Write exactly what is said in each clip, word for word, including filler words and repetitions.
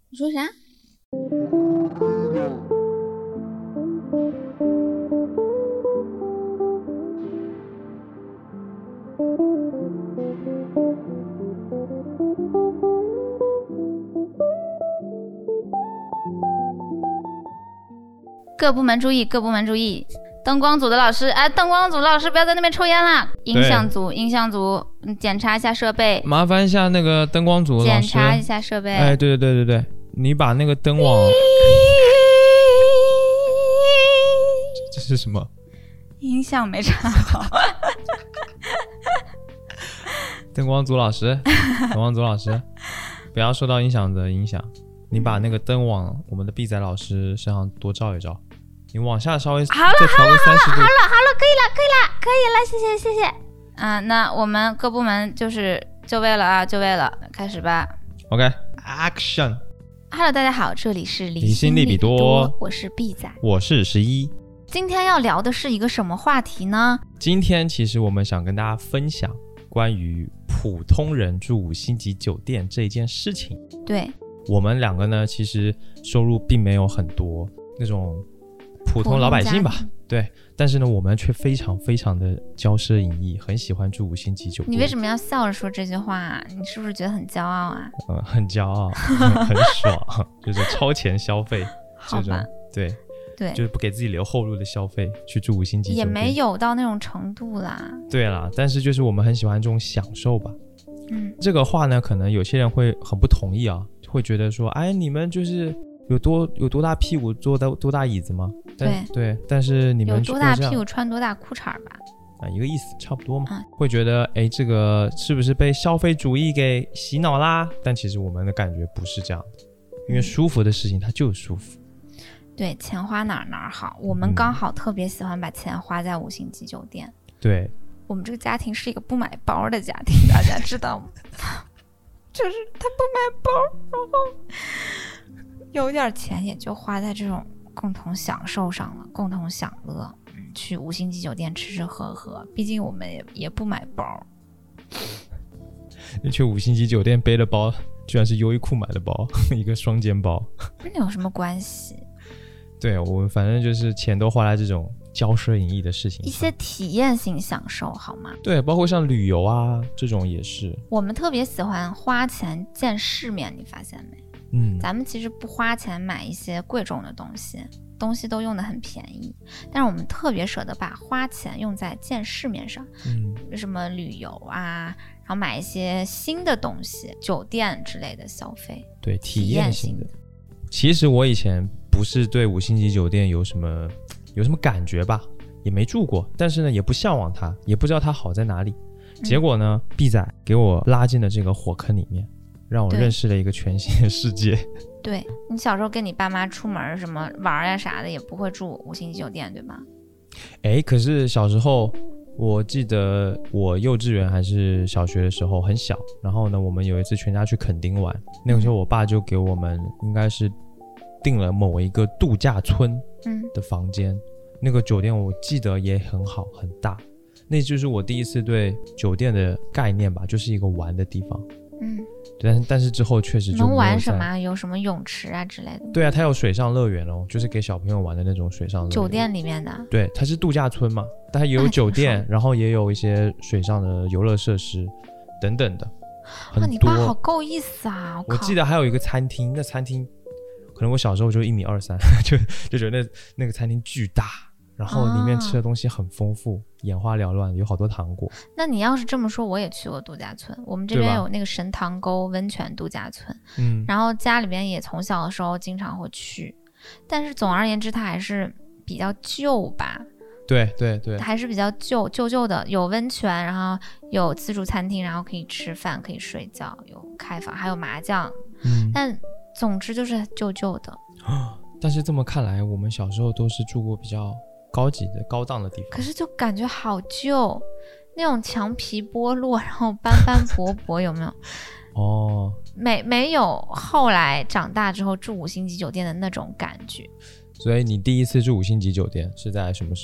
你说啥？各部门注意，各部门注意！灯光组的老师，哎，灯光组的老师不要在那边抽烟啦！音响组，音响组，检查一下设备。 麻烦一下那个灯光组的老师， 检查一下设备。 哎，对对对对对，你把那个灯网，这, 这是什么？ 音响没插好。 灯光组老师，灯光组老师，不要受到音响的影响。你把那个灯往我们的 B 仔老师身上多照一照。你往下稍微好了， 再调个三十度。 好了，好了，好了，可以了，可以了，可以了，谢谢，谢谢。啊，那我们各部门就是就位了啊，就位了，开始吧。 OK，Action。Hello， 大家好，这里是理心利比多， 我是 B 仔， 我是十一。 今天要聊的是一个什么话题呢？ 今天其实我们想跟大家分享关于普通人住五星级酒店这一件事情。 对， 我们两个呢，其实收入并没有很多，那种普通老百姓吧，对，但是呢我们却非常非常的骄奢淫逸，很喜欢住五星级酒店。 你为什么要笑着说这句话啊？你是不是觉得很骄傲啊？ 嗯，很骄傲，很爽，就是超前消费这种，对对， 就是不给自己留后路的消费，去住五星级酒店也没有到那种程度啦。 对啦，但是就是我们很喜欢这种享受吧。 嗯，这个话呢可能有些人会很不同意啊，会觉得说，哎，你们就是有多有多大屁股坐多多大椅子吗？ 对对，但是你们有多大屁股穿多大裤衩吧？ 啊，一个意思，差不多嘛。 嗯、 会觉得，哎，这个是不是被消费主义给洗脑啦？但其实我们的感觉不是这样的，因为舒服的事情它就是舒服。 对，钱花哪儿哪儿好，我们刚好特别喜欢把钱花在五星级酒店。 嗯、对， 我们这个家庭是一个不买包的家庭，大家知道吗？就是他不买包，然后有点钱也就花在这种共同享受上了，共同享乐。嗯，去五星级酒店吃吃喝喝，毕竟我们也也不买包。 你去五星级酒店背的包，居然是优衣库买的包，一个双肩包。 那有什么关系？ 对，我们反正就是钱都花在这种骄奢淫逸的事情上， 一些体验性享受好吗？ 对，包括像旅游啊这种也是。 我们特别喜欢花钱见世面，你发现没？ 嗯， 咱们其实不花钱买一些贵重的东西，东西都用得很便宜，但是我们特别舍得把花钱用在见世面上。 嗯， 什么旅游啊，然后买一些新的东西，酒店之类的消费， 对，体验性的。其实我以前不是对五星级酒店有什么有什么感觉吧，也没住过，但是呢也不向往它，也不知道它好在哪里。结果呢、嗯、B 仔给我拉进了这个火坑里面，让我认识了一个全新的世界。 对，你小时候跟你爸妈出门什么玩呀啥的，也不会住五星级酒店对吧？ 哎，可是小时候我记得我幼稚园还是小学的时候很小，然后呢我们有一次全家去垦丁玩，那个时候我爸就给我们应该是订了某一个度假村的房间、嗯、那个酒店我记得也很好很大，那就是我第一次对酒店的概念吧，就是一个玩的地方。 嗯， 但是但是之后确实就没有能玩什么？有什么泳池啊之类的？ 对啊，它有水上乐园哦，就是给小朋友玩的那种水上乐园。 酒店里面的？对， 它是度假村嘛，但它也有酒店，然后也有一些水上的游乐设施等等的。 哇，你爸好够意思啊！ 我, 我记得还有一个餐厅，那餐厅可能我小时候就一米二三，就就觉得那那个餐厅巨大。然后里面吃的东西很丰富、啊、眼花缭乱，有好多糖果。 那你要是这么说，我也去过度假村，我们这边有那个神塘沟温泉度假村，嗯，然后家里边也从小的时候经常会去，但是总而言之它还是比较旧吧。 对对对， 还是比较旧旧旧的，有温泉，然后有自助餐厅，然后可以吃饭可以睡觉，有开房还有麻将，嗯，但总之就是旧旧的。 但是这么看来我们小时候都是住过比较高级的高档的地方， 可是就感觉好旧，那种墙皮剥落，然后斑斑驳驳，有没有？ 哦， 没没有后来长大之后住五星级酒店的那种感觉。 所以你第一次住五星级酒店是在什么时候？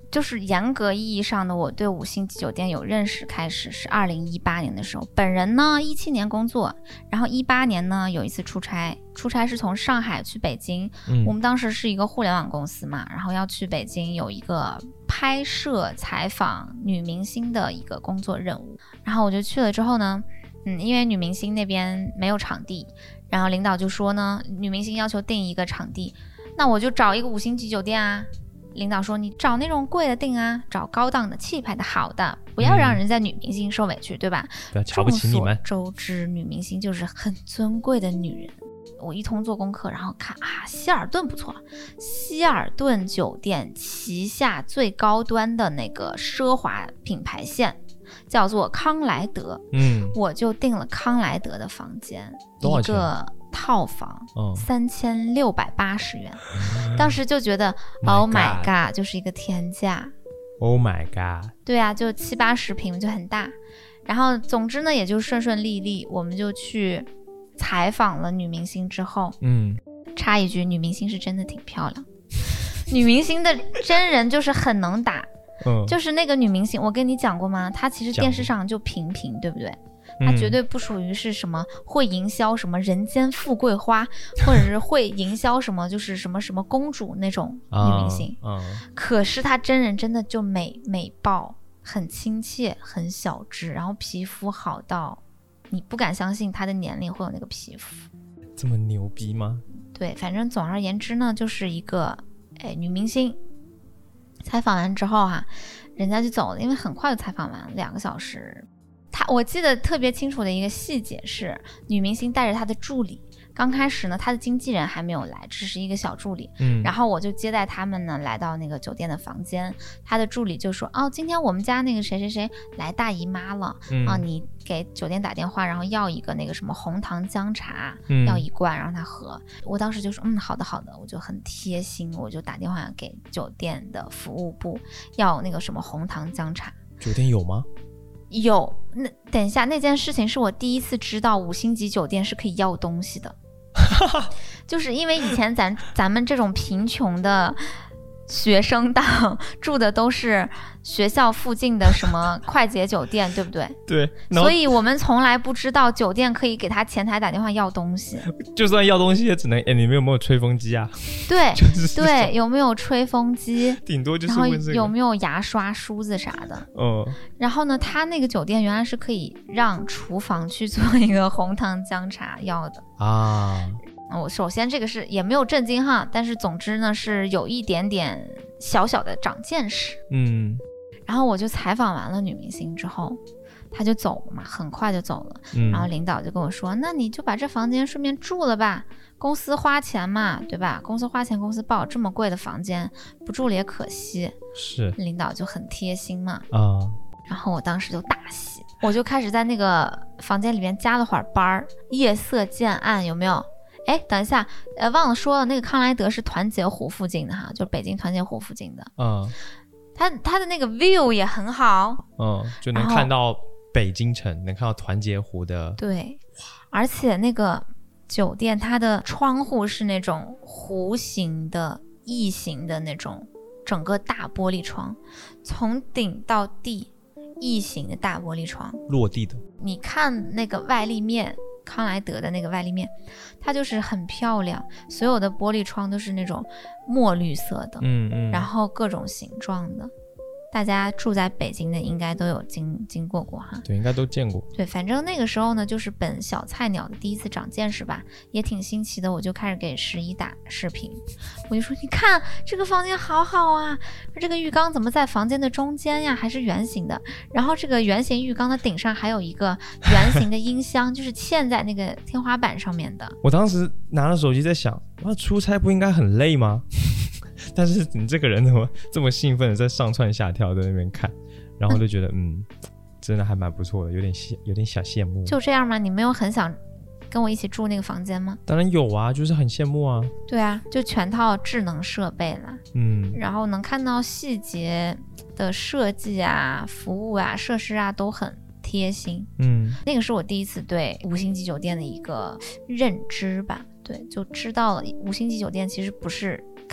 就是严格意义上的我对五星级酒店有认识开始是二零一八年的时候，本人呢一七年工作，然后一八年呢有一次出差，出差是从上海去北京、嗯、我们当时是一个互联网公司嘛，然后要去北京有一个拍摄采访女明星的一个工作任务，然后我就去了之后呢，嗯，因为女明星那边没有场地，然后领导就说呢，女明星要求订一个场地，那我就找一个五星级酒店啊。领导说你找那种贵的订啊，找高档的气派的好的，不要让人家女明星受委屈、嗯、对吧？ 不要瞧不起你们。 众所周知女明星就是很尊贵的女人，我一通做功课，然后看啊，希尔顿不错，希尔顿酒店旗下最高端的那个奢华品牌线叫做康莱德，嗯，我就订了康莱德的房间，一个套房三千六百八十元、嗯、当时就觉得 Oh my god 就是一个天价 Oh my god 对啊，就七八十平就很大，然后总之呢也就顺顺利利，我们就去采访了女明星之后，嗯，插一句，女明星是真的挺漂亮女明星的真人就是很能打、嗯、就是那个女明星我跟你讲过吗，她其实电视上就平平对不对，她绝对不属于是什么会营销什么人间富贵花，或者是会营销什么就是什么什么公主那种女明星、uh, uh. 可是她真人真的就美美爆，很亲切，很小只，然后皮肤好到你不敢相信她的年龄会有那个皮肤， 这么牛逼吗？ 对，反正总而言之呢，就是一个哎女明星。采访完之后哈、啊，人家就走了，因为很快就采访完两个小时。他我记得特别清楚的一个细节是，女明星带着她的助理，刚开始呢她的经纪人还没有来，只是一个小助理，嗯，然后我就接待他们呢来到那个酒店的房间，她的助理就说，哦，今天我们家那个谁谁谁来大姨妈了、嗯、啊，你给酒店打电话，然后要一个那个什么红糖姜茶、嗯、要一罐让她喝。我当时就说嗯好的好的，我就很贴心，我就打电话给酒店的服务部要那个什么红糖姜茶。 酒店有吗？ 有。那等一下，那件事情是我第一次知道五星级酒店是可以要东西的就是因为以前咱咱们这种贫穷的学生党住的都是学校附近的什么快捷酒店对不对？ 对， 所以我们从来不知道酒店可以给他前台打电话要东西， 就算要东西也只能哎，你们有没有吹风机啊？ 对、就是、对，有没有吹风机， 顶多就是问这个， 然后有没有牙刷梳子啥的。 嗯， 然后呢他那个酒店原来是可以让厨房去做一个红糖姜茶要的啊。 我首先这个是也没有震惊哈，但是总之呢是有一点点小小的长见识。 嗯， 然后我就采访完了女明星之后，她就走了嘛，很快就走了、嗯、然后领导就跟我说，那你就把这房间顺便住了吧，公司花钱嘛对吧，公司花钱公司报，这么贵的房间不住了也可惜。 是，领导就很贴心嘛啊。 然后我当时就大喜，我就开始在那个房间里面加了会儿班，夜色渐暗，有没有？哎，等一下，呃，忘了说了，那个康莱德是团结湖附近的哈，就北京团结湖附近的。 嗯， 它它的那个 view 也很好， 嗯，就能看到北京城，能看到团结湖的。 对，而且那个酒店它的窗户是那种弧形的、异形的那种，整个大玻璃窗，从顶到地，异形的大玻璃窗， 落地的。你看那个外立面。康莱德的那个外立面它就是很漂亮，所有的玻璃窗都是那种墨绿色的， 嗯嗯， 然后各种形状的，大家住在北京的应该都有经经过过哈， 对，应该都见过。 对，反正那个时候呢就是本小菜鸟的第一次长见识吧，也挺新奇的，我就开始给十一打视频，我就说你看这个房间好好啊，这个浴缸怎么在房间的中间呀，还是圆形的，然后这个圆形浴缸的顶上还有一个圆形的音箱就是嵌在那个天花板上面的。 我当时拿了手机在想，哇，出差不应该很累吗？但是你这个人怎么这么兴奋的在上蹿下跳在那边看，然后就觉得 嗯, 嗯真的还蛮不错的，有点有点小羡慕。 就这样吗？你没有很想跟我一起住那个房间吗？ 当然有啊，就是很羡慕啊。 对啊，就全套智能设备啦， 嗯， 然后能看到细节的设计啊、服务啊、设施啊都很贴心。 嗯， 那个是我第一次对五星级酒店的一个认知吧。对，就知道了五星级酒店其实不是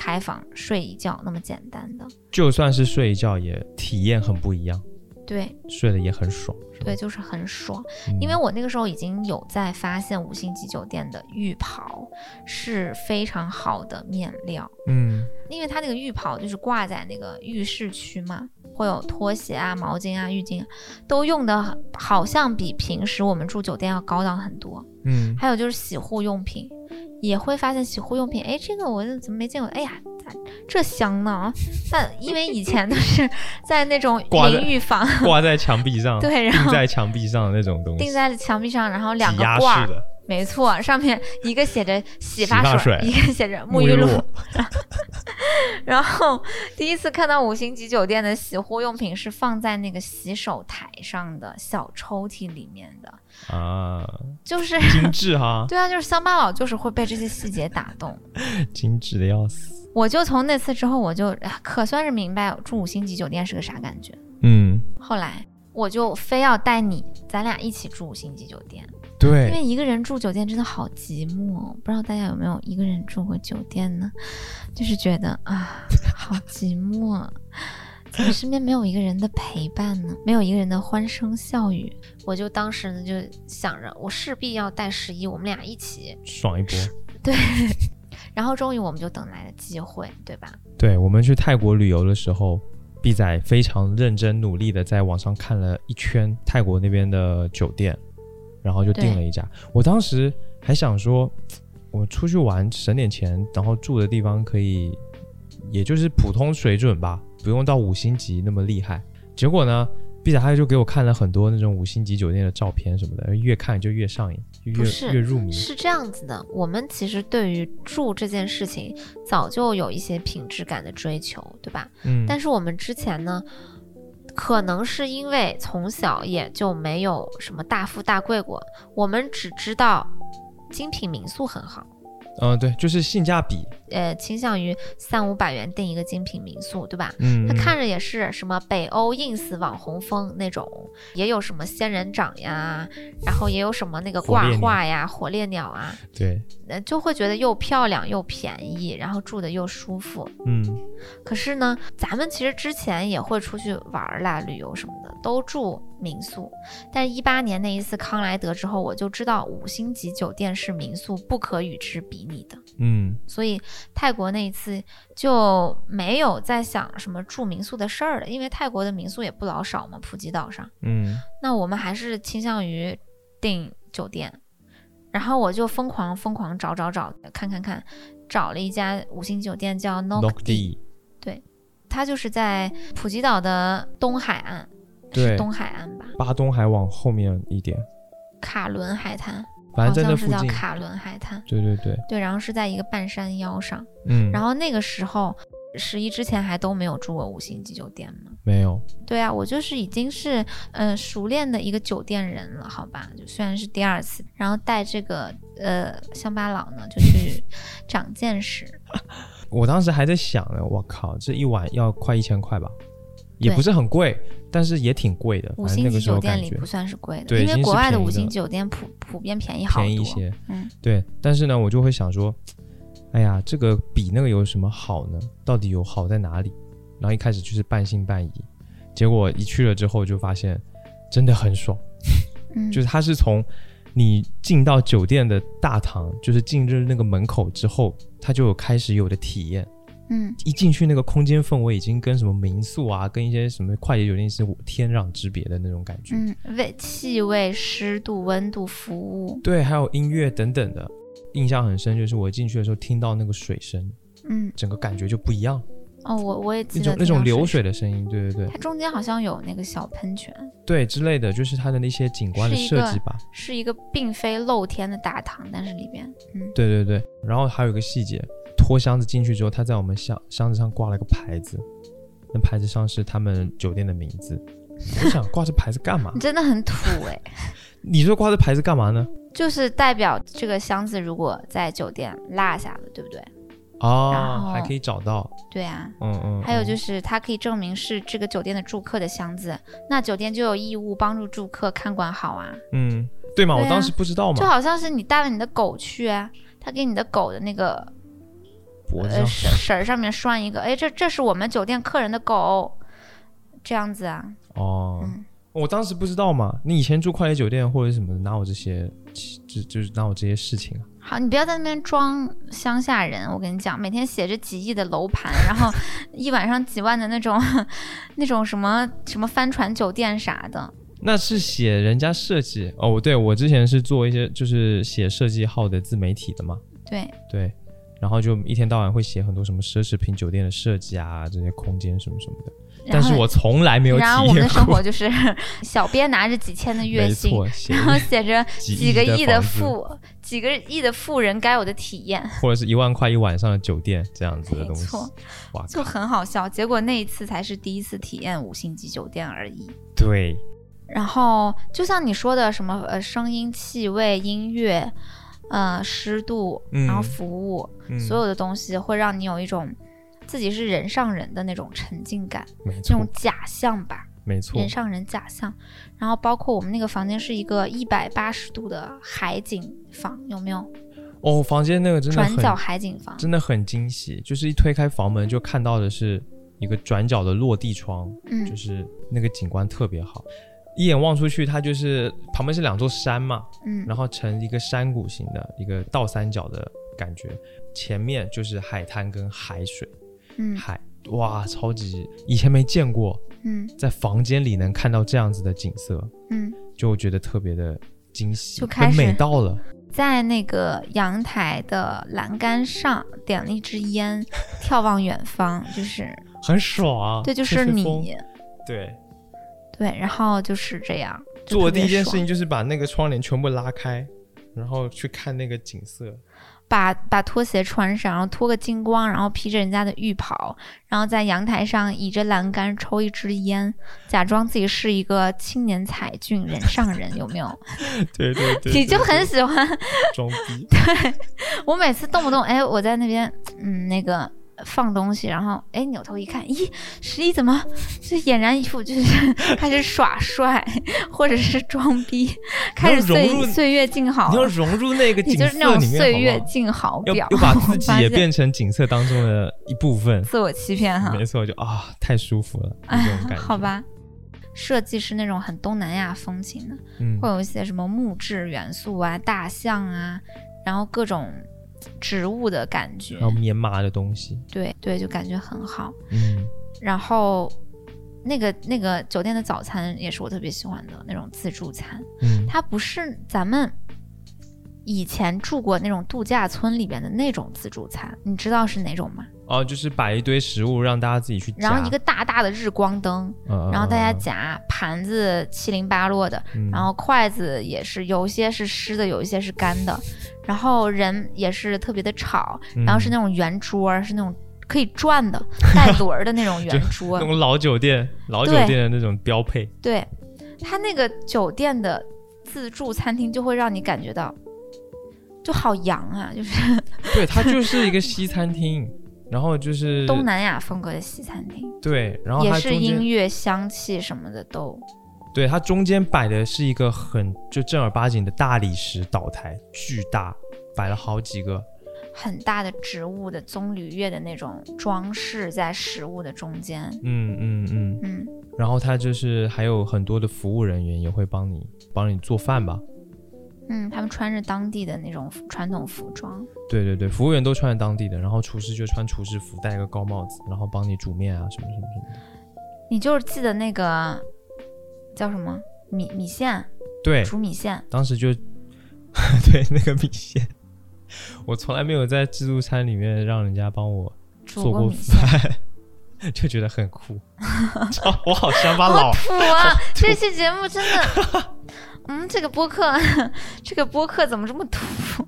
开房睡一觉那么简单的， 就算是睡一觉也体验很不一样， 对， 睡得也很爽， 对，就是很爽、 嗯、 因为我那个时候已经有在发现五星级酒店的浴袍是非常好的面料， 嗯， 因为它那个浴袍就是挂在那个浴室区嘛，会有拖鞋啊、毛巾啊、浴巾啊，都用的好像比平时我们住酒店要高档很多。 嗯， 还有就是洗护用品，也会发现洗护用品，哎，这个我怎么没见过？哎呀，这香呢？但因为以前都是在那种淋浴房挂在墙壁上， 对，然后钉在墙壁上的那种东西， 钉在墙壁上，然后两个罐儿，没错，上面一个写着洗发 水, 洗发水一个写着沐浴露。然后第一次看到五星级酒店的洗护用品是放在那个洗手台上的小抽屉里面的啊， 就是精致哈。 对啊，就是乡巴佬就是会被这些细节打动， 精致的要死。 我就从那次之后，我就可算是明白住五星级酒店是个啥感觉。 嗯， 后来我就非要带你，咱俩一起住五星级酒店。 对， 因为一个人住酒店真的好寂寞，不知道大家有没有一个人住过酒店呢？就是觉得啊，好寂寞，怎么身边没有一个人的陪伴呢？没有一个人的欢声笑语。我就当时呢就想着，我势必要带十一，我们俩一起爽一波。 对，然后终于我们就等来了机会，对吧？ 对，我们去泰国旅游的时候，毕仔非常认真努力的在网上看了一圈泰国那边的酒店，然后就订了一家。我当时还想说，我出去玩省点钱，然后住的地方可以也就是普通水准吧，不用到五星级那么厉害。结果呢，毕仔他就给我看了很多那种五星级酒店的照片什么的，越看就越上瘾，就越越入迷。 是这样子的，我们其实对于住这件事情早就有一些品质感的追求，对吧？嗯。但是我们之前呢，可能是因为从小也就没有什么大富大贵过，我们只知道精品民宿很好。 嗯，对，就是性价比， 呃，倾向于三五百元订一个精品民宿，对吧？ 嗯， 它看着也是什么北欧 ins 网红风那种，也有什么仙人掌呀，然后也有什么那个挂画呀、火烈鸟啊， 对， 呃，就会觉得又漂亮又便宜，然后住的又舒服。 嗯， 可是呢，咱们其实之前也会出去玩啦、旅游什么的，都住民宿。但是一八年那一次康莱德之后，我就知道五星级酒店是民宿不可与之比拟的。 嗯， 所以泰国那一次就没有在想什么住民宿的事儿了，因为泰国的民宿也不老少嘛，普吉岛上。 嗯， 那我们还是倾向于订酒店，然后我就疯狂疯狂找找找，看看看，找了一家五星酒店叫 Nokdi， 对，它就是在普吉岛的东海岸，是东海岸吧？ 巴东海往后面一点， 卡伦海滩。 反正在那附近， 好像是叫卡伦海滩。 对对对对，然后是在一个半山腰上。 嗯， 然后那个时候十一之前还都没有住过五星级酒店吗？ 没有。 对啊，我就是已经是呃熟练的一个酒店人了，好吧？就虽然是第二次，然后带这个呃乡巴佬呢就去长见识。 我当时还在想呢，我靠，这一晚要快一千块吧？也不是很贵，但是也挺贵的。 五星级酒店里不算是贵的， 对， 因为国外的五星酒店普普遍便宜好多， 便宜一些。 嗯， 对。但是呢，我就会想说，哎呀，这个比那个有什么好呢？到底有好在哪里？然后一开始就是半信半疑，结果一去了之后就发现真的很爽。 嗯， 就是它是从你进到酒店的大堂，就是进入那个门口之后，它就有开始有的体验。 嗯， 一进去那个空间氛围已经跟什么民宿啊，跟一些什么快捷酒店是天壤之别的那种感觉。 嗯，味、气味、湿度、温度、服务， 对，还有音乐等等的。印象很深，就是我进去的时候听到那个水声， 嗯， 整个感觉就不一样。 哦，我我也记得那种那种流水的声音，对对对。 它中间好像有那个小喷泉， 对之类的，就是它的那些景观的设计吧。 是一个并非露天的大堂，但是里边，嗯， 对对对。然后还有一个细节。拖箱子进去之后，他在我们箱箱子上挂了个牌子，那牌子上是他们酒店的名字。我想挂这牌子干嘛？ 你真的很土哎、欸！ 你说挂这牌子干嘛呢？ 就是代表这个箱子如果在酒店落下了，对不对？ 哦，还可以找到。 对啊， 嗯嗯。 还有就是它可以证明是这个酒店的住客的箱子，那酒店就有义务帮助住客看管好啊。 嗯，对嘛，对啊，我当时不知道嘛。 就好像是你带了你的狗去啊，他给你的狗的那个脖子上、 呃、绳儿上面拴一个，哎，这这是我们酒店客人的狗，这样子啊。 哦、 嗯， 我当时不知道嘛，你以前住快捷酒店或者什么的，哪有这些，就就是哪有这些事情啊？ 好，你不要在那边装乡下人，我跟你讲，每天写着几亿的楼盘，然后一晚上几万的那种那种什么什么帆船酒店啥的。 那是写人家设计哦，对，我之前是做一些就是写设计号的自媒体的嘛。 对对，然后就一天到晚会写很多什么奢侈品酒店的设计啊，这些空间什么什么的。但是我从来没有体验过。 然后我们的生活就是小编拿着几千的月薪，然后写着几个亿的富几个亿的富人该有的体验， 或者是一万块一晚上的酒店这样子的东西。 没错，就很好笑。结果那一次才是第一次体验五星级酒店而已。 对。 然后就像你说的什么呃声音、气味、音乐、呃湿度， 嗯、 然后服务、嗯，所有的东西会让你有一种自己是人上人的那种沉浸感， 没错， 这种假象吧， 没错， 人上人假象。然后包括我们那个房间是一个一百八十度的海景房，有没有？ 哦，房间那个真的很转角海景房， 真的很惊喜。就是一推开房门就看到的是一个转角的落地窗， 嗯， 就是那个景观特别好。一眼望出去，它就是旁边是两座山嘛， 嗯， 然后呈一个山谷型的一个倒三角的感觉，前面就是海滩跟海水， 嗯， 海，哇，超级以前没见过， 嗯， 在房间里能看到这样子的景色， 嗯， 就觉得特别的惊喜， 就开始美到了。 在那个阳台的栏杆上点了一支烟，眺望远方，就是很爽， 对，就是你， 对。 对，然后就是这样。 做的第一件事情就是把那个窗帘全部拉开，然后去看那个景色。 把把拖鞋穿上，然后脱个精光，然后披着人家的浴袍，然后在阳台上倚着栏杆抽一支烟，假装自己是一个青年才俊人上人，有没有？ 对对 对, 对, 对， 你就很喜欢装逼。 对，我每次动不动哎，我在那边嗯那个。放东西，然后哎扭头一看，咦，十一怎么就俨然一副就是开始耍帅或者是装逼，开始岁岁月静好， 你要融入那个景色里面， 你就是那种岁月静好表， 又把自己也变成景色当中的一部分， 自我欺骗哈， 没错，就啊太舒服了，这种感觉。 好吧，设计是那种很东南亚风情的， 嗯， 会有一些什么木质元素啊、大象啊，然后各种。植物的感觉， 还有棉麻的东西， 对对，就感觉很好。 嗯， 然后那个那个酒店的早餐也是我特别喜欢的那种自助餐， 嗯， 它不是咱们以前住过那种度假村里边的那种自助餐，你知道是哪种吗？ 哦，就是摆一堆食物让大家自己去夹， 然后一个大大的日光灯， 嗯、 然后大家夹，盘子七零八落的、嗯，然后筷子也是有一些是湿的，有一些是干的，然后人也是特别的吵，然后是那种圆桌、嗯、是那种可以转的带轮的那种圆桌那种老酒店老酒店的那种标配。 对，它那个酒店的自助餐厅就会让你感觉到就好洋啊，就是对，它就是一个西餐厅然后就是东南亚风格的西餐厅， 对，然后它也是音乐香气什么的都， 对，它中间摆的是一个很就正儿八经的大理石岛台，巨大，摆了好几个很大的植物的棕榈叶的那种装饰在食物的中间， 嗯嗯嗯嗯， 然后它就是还有很多的服务人员也会帮你帮你做饭吧。 嗯，他们穿着当地的那种传统服装。 对对对，服务员都穿着当地的，然后厨师就穿厨师服，戴个高帽子，然后帮你煮面啊什么什么什么的。 你就是记得那个叫什么米米线？ 对， 煮米线。 当时就对那个米线，我从来没有在自助餐里面让人家帮我做过饭，就觉得很酷。我好乡巴佬， 好土啊！这期节目真的。嗯，这个播客，这个播客怎么这么土？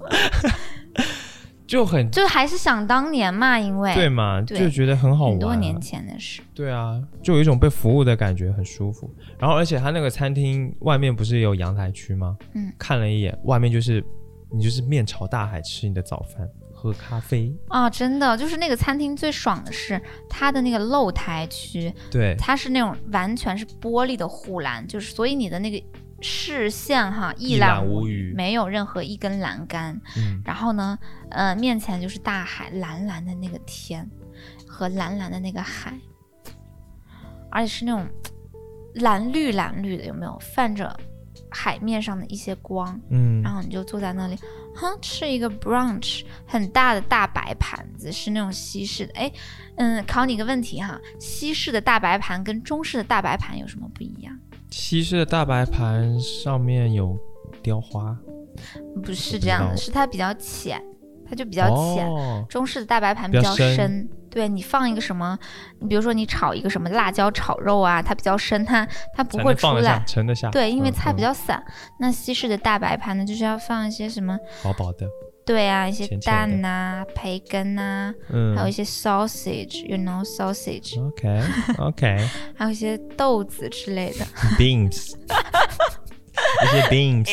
就很就还是想当年嘛，因为对嘛，对就觉得很好玩、啊， 很多年前的事。 对啊，就有一种被服务的感觉，很舒服。然后，而且它那个餐厅外面不是有阳台区吗？ 嗯， 看了一眼，外面就是你就是面朝大海吃你的早饭，喝咖啡啊、哦，真的就是那个餐厅最爽的是它的那个露台区， 对， 它是那种完全是玻璃的护栏，就是所以你的那个。 视线哈一览无无余， 没有任何一根栏杆。 嗯， 然后呢，呃，面前就是大海，蓝蓝的那个天和蓝蓝的那个海，而且是那种蓝绿蓝绿的，有没有泛着海面上的一些光？ 嗯， 然后你就坐在那里，哼，吃一个 brunch， 很大的大白盘子，是那种西式的。哎，嗯，考你一个问题哈，西式的大白盘跟中式的大白盘有什么不一样？ 西式的大白盘上面有雕花， 不是这样的，是它比较浅，它就比较浅。 哦、 中式的大白盘比较深， 比较深对，你放一个什么，你比如说你炒一个什么辣椒炒肉啊，它比较深，它它不会出来， 盛得下， 对，因为菜比较散。嗯嗯、那西式的大白盘呢，就是要放一些什么薄薄的， 对啊，一些蛋呐、啊、培根呐、啊， 嗯， 还有一些 sausage，you know sausage，OK OK， 还有一些豆子之类的 ，beans， 一些 beans，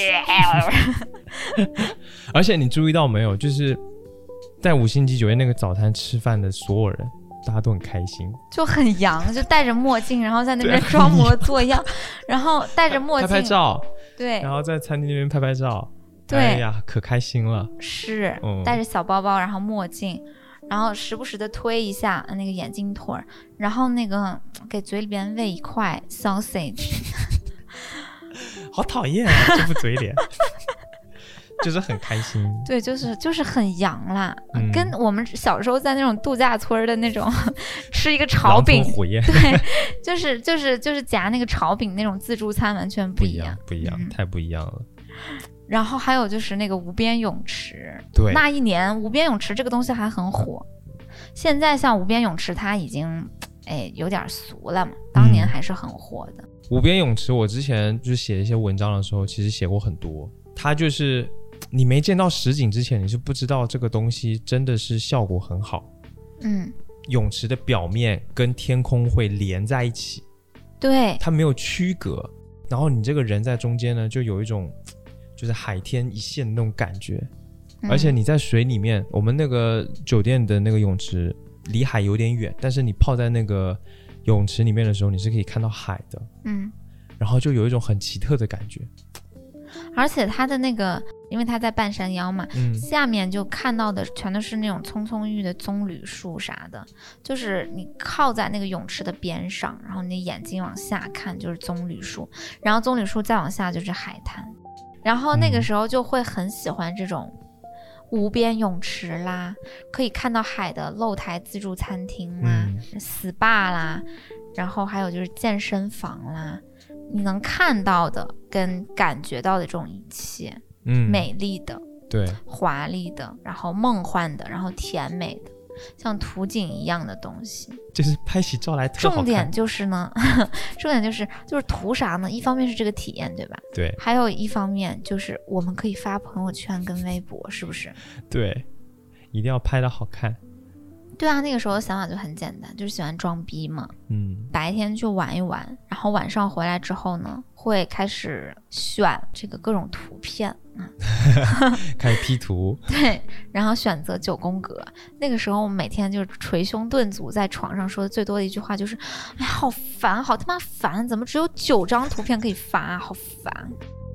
而且你注意到没有，就是在五星级酒店那个早餐吃饭的所有人，大家都很开心， 就很洋，就戴着墨镜，然后在那边装模作样，然后戴着墨镜拍拍照， 对， 然后在餐厅那边拍拍照。 对， 哎呀，可开心了！ 是， 嗯、 带着小包包，然后墨镜，然后时不时的推一下那个眼镜腿儿，然后那个给嘴里边喂一块 sausage， 好讨厌啊！这副嘴脸，就是很开心。 对，就是就是很洋啦、 嗯， 跟我们小时候在那种度假村的那种吃一个炒饼， 对， 就是就是就是夹那个炒饼那种自助餐完全不一样， 不一样，不一样、嗯，太不一样了。 然后还有就是那个无边泳池， 对， 那一年无边泳池这个东西还很火。现在像无边泳池它已经哎有点俗了嘛，当年还是很火的。 嗯、无边泳池我之前就是写一些文章的时候，其实写过很多。它就是你没见到实景之前，你是不知道这个东西真的是效果很好。 嗯， 泳池的表面跟天空会连在一起， 对， 它没有区隔，然后你这个人在中间呢，就有一种。就是海天一线的那种感觉、嗯、而且你在水里面，我们那个酒店的那个泳池离海有点远，但是你泡在那个泳池里面的时候，你是可以看到海的， 嗯， 然后就有一种很奇特的感觉。 而且它的那个，因为它在半山腰嘛、 嗯、 下面就看到的全都是那种葱葱郁的棕榈树啥的，就是你靠在那个泳池的边上，然后你的眼睛往下看就是棕榈树，然后棕榈树再往下就是海滩，然后那个时候就会很喜欢这种无边泳池啦，可以看到海的露台自助餐厅啦、嗯、S P A 啦，然后还有就是健身房啦，你能看到的跟感觉到的这种一切， 嗯， 美丽的， 对， 华丽的，然后梦幻的，然后甜美的，像图景一样的东西， 就是拍起照来特好看。 重点就是呢重点就是就是图啥呢，一方面是这个体验，对吧？ 对， 还有一方面就是我们可以发朋友圈跟微博，是不是？ 对，一定要拍得好看。 对啊，那个时候的想法就很简单，就是喜欢装逼嘛。 嗯， 白天去玩一玩，然后晚上回来之后呢，会开始选这个各种图片，嗯、 开始 P 图。 对，然后选择九宫格。那个时候我每天就是捶胸顿足，在床上说的最多的一句话就是：“哎，好烦，好他妈烦，怎么只有九张图片可以发，好烦。”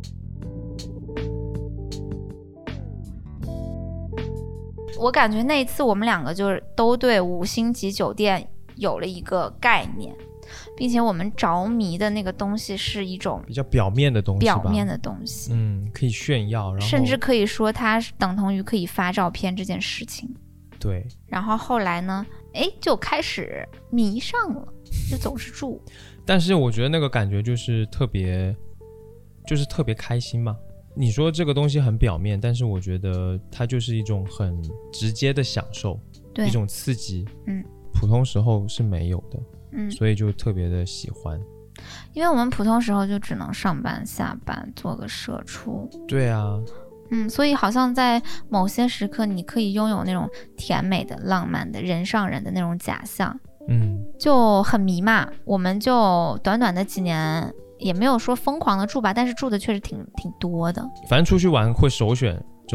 我感觉那一次我们两个就是都对五星级酒店有了一个概念，并且我们着迷的那个东西是一种比较表面的东西， 表面的东西， 嗯，可以炫耀，然后甚至可以说它等同于可以发照片这件事情。 对， 然后后来呢，哎，就开始迷上了，就总是住。 但是我觉得那个感觉就是特别，就是特别开心嘛。你说这个东西很表面，但是我觉得它就是一种很直接的享受，一种刺激， 嗯， 普通时候是没有的， 嗯， 所以就特别的喜欢。 因为我们普通时候就只能上班下班做个社畜。 对啊， 嗯，所以好像在某些时刻你可以拥有那种甜美的浪漫的人上人的那种假象， 嗯， 就很迷嘛。我们就短短的几年也没有说疯狂的住吧，但是住的确实挺挺多的。 反正出去玩会首选这种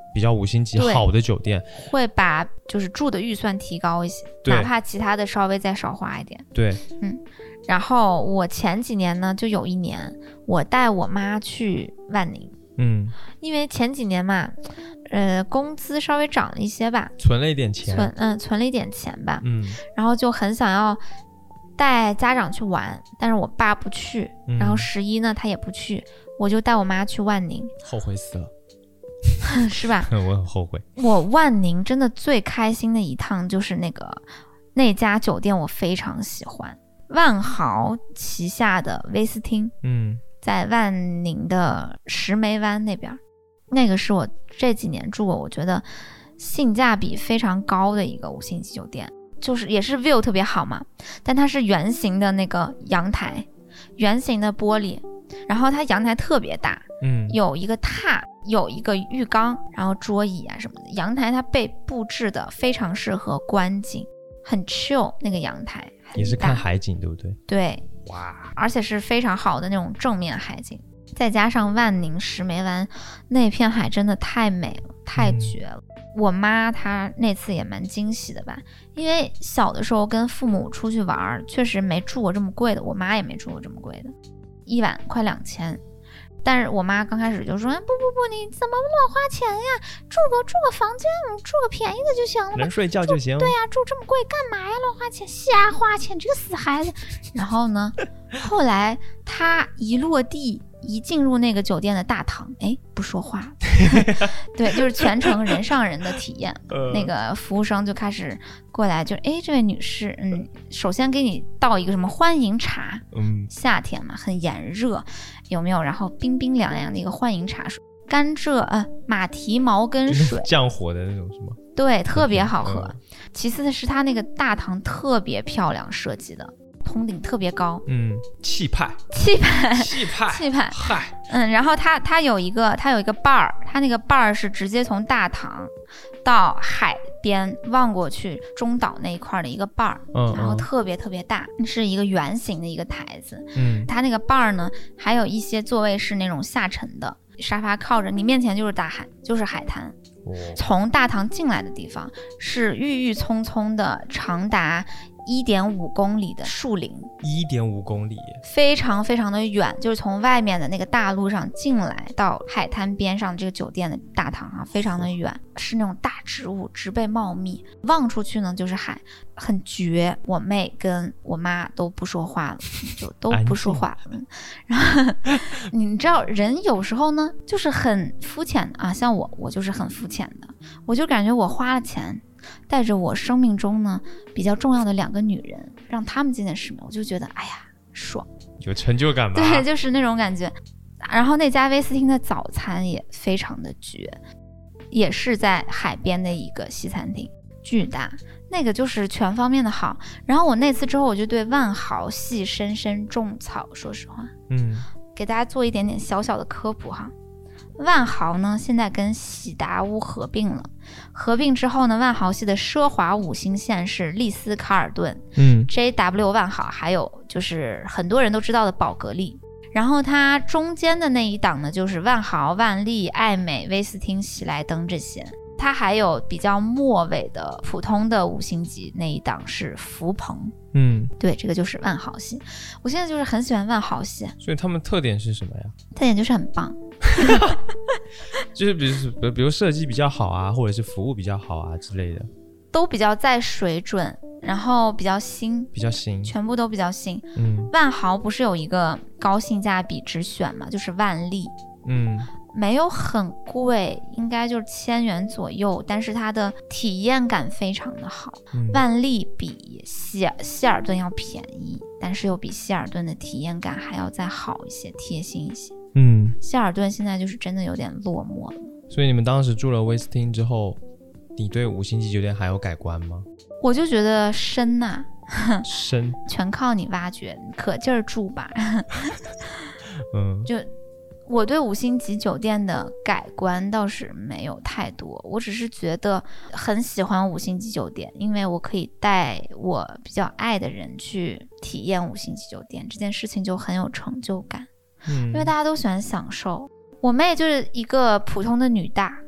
比较五星级好的酒店， 会把就是住的预算提高一些，哪怕其他的稍微再少花一点。 对， 嗯。然后我前几年呢，就有一年我带我妈去万宁， 嗯， 因为前几年嘛，呃，工资稍微涨了一些吧， 存了一点钱， 存嗯存了一点钱吧， 嗯， 然后就很想要带家长去玩，但是我爸不去， 嗯、 然后十一呢他也不去，我就带我妈去万宁， 后悔死了， 是吧？ 我很后悔。 我万宁真的最开心的一趟就是那个那家酒店，我非常喜欢。万豪旗下的威斯汀， 嗯， 在万宁的石梅湾那边，那个是我这几年住过我觉得性价比非常高的一个五星级酒店，就是也是 view 特别好嘛，但它是圆形的那个阳台，圆形的玻璃，然后它阳台特别大， 嗯， 有一个榻，有一个浴缸，然后桌椅啊什么的，阳台它被布置的非常适合观景，很 chill， 那个阳台也是看海景对不对？ 对， 哇， 而且是非常好的那种正面海景，再加上万宁石梅湾那片海真的太美了，太绝了。嗯、我妈她那次也蛮惊喜的吧，因为小的时候跟父母出去玩，确实没住过这么贵的，我妈也没住过这么贵的，一晚快两千。但是我妈刚开始就说，不不不，你怎么乱花钱呀？住个住个房间，住个便宜的就行了吧， 能睡觉就行。 对呀、啊，住这么贵干嘛呀？乱花钱，瞎花钱，这个死孩子。然后呢，后来她一落地，一进入那个酒店的大堂，哎，不说话，对，就是全程人上人的体验。呃、那个服务生就开始过来，就哎，这位女士，嗯，首先给你倒一个什么欢迎茶， 嗯， 夏天嘛，很炎热，有没有？然后冰冰凉凉的一个欢迎茶水，甘蔗呃马蹄毛根水， 降火的那种是吗？ 对，特别好喝。 嗯、 其次的是它那个大堂特别漂亮设计的。通顶特别高， 嗯，气派， 气派， 气派， 气派， 嗨， 嗯，然后它它有一个它有一个 bar， 它那个 bar 是直接从大堂到海边望过去中岛那一块的一个 bar， 嗯， 然后特别特别大，是一个圆形的一个台子， 嗯， 它那个 bar 呢还有一些座位是那种下沉的，沙发靠着，你面前就是大海，就是海滩。从大堂进来的地方是郁郁葱葱的长达一点五公里的树林， 一点五公里， 非常非常的远，就是从外面的那个大路上进来到海滩边上这个酒店的大堂啊，非常的远，是那种大植物，植被茂密，望出去呢就是海，很绝。我妹跟我妈都不说话了，就都不说话了。然后你知道人有时候呢就是很肤浅的啊，像我我就是很肤浅的，我就感觉我花了钱带着我生命中呢比较重要的两个女人，让她们见见世面，我就觉得哎呀爽， 有成就感吧？ 对，就是那种感觉。然后那家威斯汀的早餐也非常的绝，也是在海边的一个西餐厅，巨大，那个就是全方面的好。然后我那次之后，我就对万豪系深深种草，说实话， 嗯， 给大家做一点点小小的科普哈。万豪呢现在跟喜达屋合并了，合并之后呢，万豪系的奢华五星线是丽思卡尔顿， 嗯 J W 万豪，还有就是很多人都知道的宝格丽。然后它中间的那一档呢，就是万豪、万丽、艾美、威斯汀、喜来登这些。它还有比较末尾的普通的五星级那一档是福朋， 嗯， 对，这个就是万豪系。我现在就是很喜欢万豪系， 所以他们特点是什么呀？ 特点就是很棒， 就是比如比如设计比较好啊，或者是服务比较好啊之类的， 都比较在水准，然后比较新， 比较新， 全部都比较新。 嗯， 万豪不是有一个高性价比之选嘛，就是万丽， 嗯， 没有很贵，应该就是千元左右，但是它的体验感非常的好。 嗯、 万丽比希尔希尔顿要便宜，但是又比希尔顿的体验感还要再好一些，贴心一些。 嗯， 希尔顿现在就是真的有点落寞了。 所以你们当时住了威斯汀之后，你对五星级酒店还有改观吗？ 我就觉得深呐、 啊，深， 全靠你挖掘，可劲儿住吧。 嗯， 就我对五星级酒店的改观倒是没有太多，我只是觉得很喜欢五星级酒店，因为我可以带我比较爱的人去体验五星级酒店，这件事情就很有成就感。 嗯， 因为大家都喜欢享受。我妹就是一个普通的女大，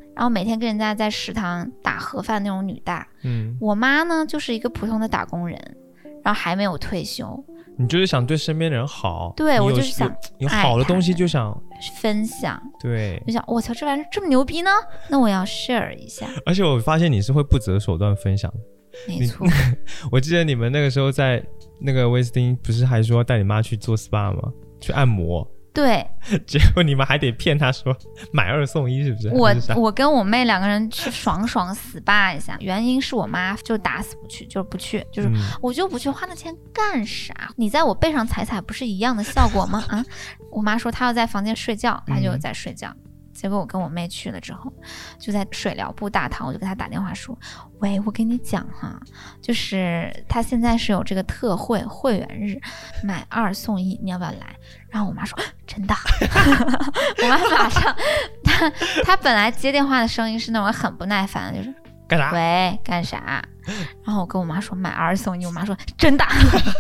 然后每天跟人家在食堂打盒饭那种女大。 嗯， 我妈呢就是一个普通的打工人，然后还没有退休。 你就是想对身边人好， 对，我就是想有好的东西就想分享， 对， 就想我操，这玩意儿这么牛逼呢，那我要 share 一下。 而且我发现你是会不择手段分享的， 没错。 我记得你们那个时候在那个威斯汀，不是还说带你妈去做 S P A 吗？去按摩。 对， 结果你们还得骗她说买二送一，是不是？ 我我跟我妹两个人去爽爽 S P A 一下，原因是我妈就打死不去，就是不去，就是、嗯、我就不去，花那钱干啥？你在我背上踩踩，不是一样的效果吗？啊！我妈说她要在房间睡觉，她就在睡觉。嗯，结果我跟我妹去了之后，就在水疗部大堂，我就给她打电话说，喂，我跟你讲哈，就是她现在是有这个特惠会员日，买二送一，你要不要来？然后我妈说真的。我妈马上，她她本来接电话的声音是那种很不耐烦的，就是干啥？ 喂，干啥？然后我跟我妈说买二送一，我妈说真的。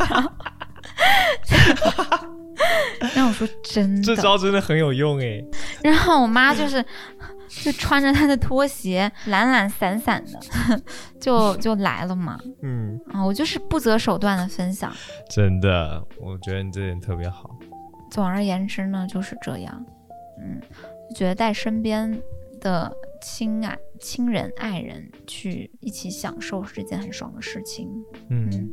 然后我说真的， 这招真的很有用哎。 然后我妈就是就穿着她的拖鞋懒懒散散的就就来了嘛。嗯啊，我就是不择手段的分享， 真的，我觉得你这点特别好。 总而言之呢就是这样。嗯，就觉得带身边的亲爱亲人爱人去一起享受是一件很爽的事情。嗯, 嗯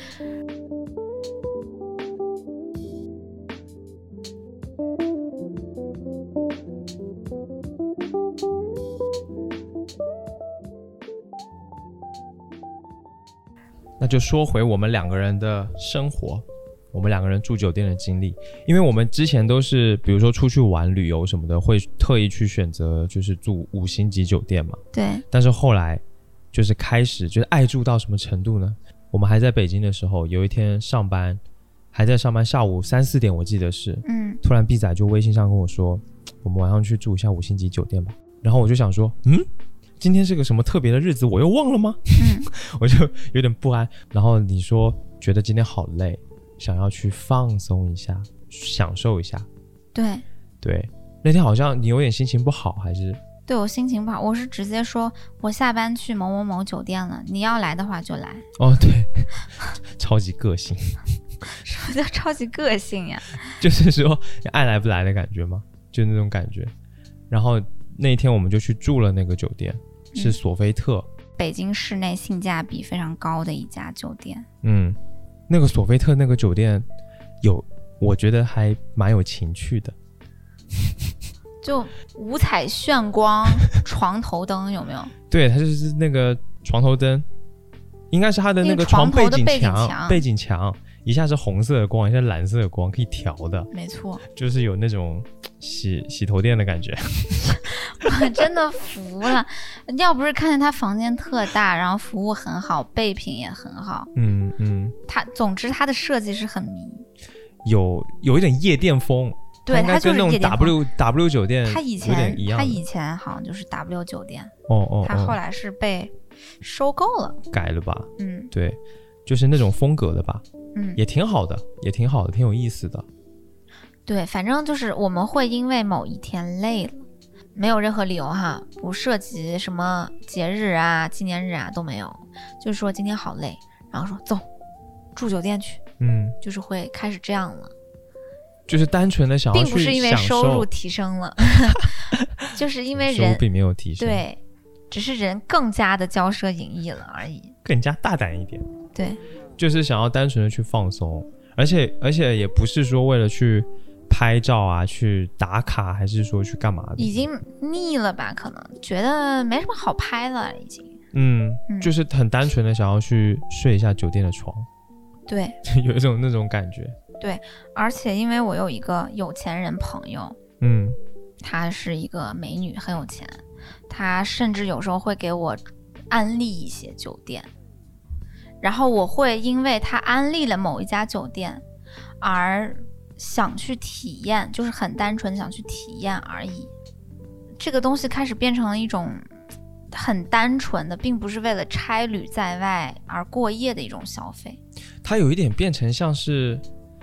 那就说回我们两个人的生活，我们两个人住酒店的经历。因为我们之前都是比如说出去玩旅游什么的，会特意去选择就是住五星级酒店嘛。 对。 但是后来就是开始就是爱住到什么程度呢？我们还在北京的时候，有一天上班还在上班，下午三四点我记得是，嗯，突然 B 仔就微信上跟我说，我们晚上去住一下五星级酒店吧。然后我就想说，嗯，今天是个什么特别的日子，我又忘了吗？嗯，我就有点不安。然后你说觉得今天好累，想要去放松一下，享受一下。 对对，那天好像你有点心情不好，还是？ 对，我心情不好，我是直接说我下班去某某某酒店了，你要来的话就来。 哦，对，超级个性。 什么叫超级个性呀？ 就是说爱来不来的感觉吗？就那种感觉。然后那一天我们就去住了那个酒店，是索菲特、 嗯、北京市内性价比非常高的一家酒店。 嗯，那个索菲特那个酒店有，我觉得还蛮有情趣的。 就五彩炫光床头灯有没有？ 对，它就是那个床头灯，应该是它的那个床背景墙，背景墙一下是红色的光，一下是蓝色的光，可以调的。 没错， 就是有那种洗洗头店的感觉。 我真的服了，要不是看见他房间特大，然后服务很好，备品也很好，嗯嗯，他总之他的设计是很迷， 有有一点夜店风。 对， 它跟那种 W W 酒店他以前他以前好像就是 W 酒店。 哦哦， 他后来是被收购了， 改了吧？嗯，对，就是那种风格的吧。嗯，也挺好的，也挺好的，挺有意思的。 对，反正就是我们会因为某一天累了，没有任何理由哈，不涉及什么节日啊、纪念日啊都没有，就是说今天好累，然后说走住酒店去。嗯，就是会开始这样了。 就是单纯的想要去享受， 并不是因为收入提升了，就是因为人收入并没有提升， 对，只是人更加的骄奢淫逸了而已， 更加大胆一点。 对， 就是想要单纯的去放松，而且而且也不是说为了去拍照啊、去打卡，还是说去干嘛的， 已经腻了吧？可能觉得没什么好拍了，已经。 嗯，嗯就是很单纯的想要去睡一下酒店的床， 对， 有一种那种感觉。 对，而且因为我有一个有钱人朋友，嗯，她是一个美女，很有钱，她甚至有时候会给我安利一些酒店，然后我会因为她安利了某一家酒店而想去体验，就是很单纯想去体验而已。这个东西开始变成了一种很单纯的，并不是为了差旅在外而过夜的一种消费。 它有一点变成像是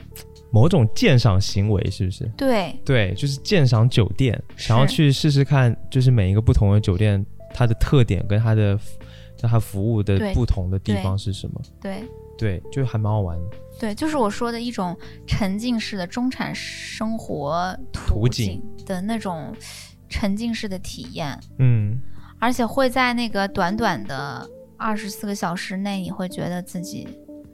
某种鉴赏行为，是不是？ 对对，就是鉴赏酒店，想要去试试看，就是每一个不同的酒店它的特点跟它的它服务的不同的地方是什么。 对对，就还蛮好玩的。 对，就是我说的一种沉浸式的中产生活途径的那种沉浸式的体验。 嗯， 而且会在那个短短的二十四个小时内，你会觉得自己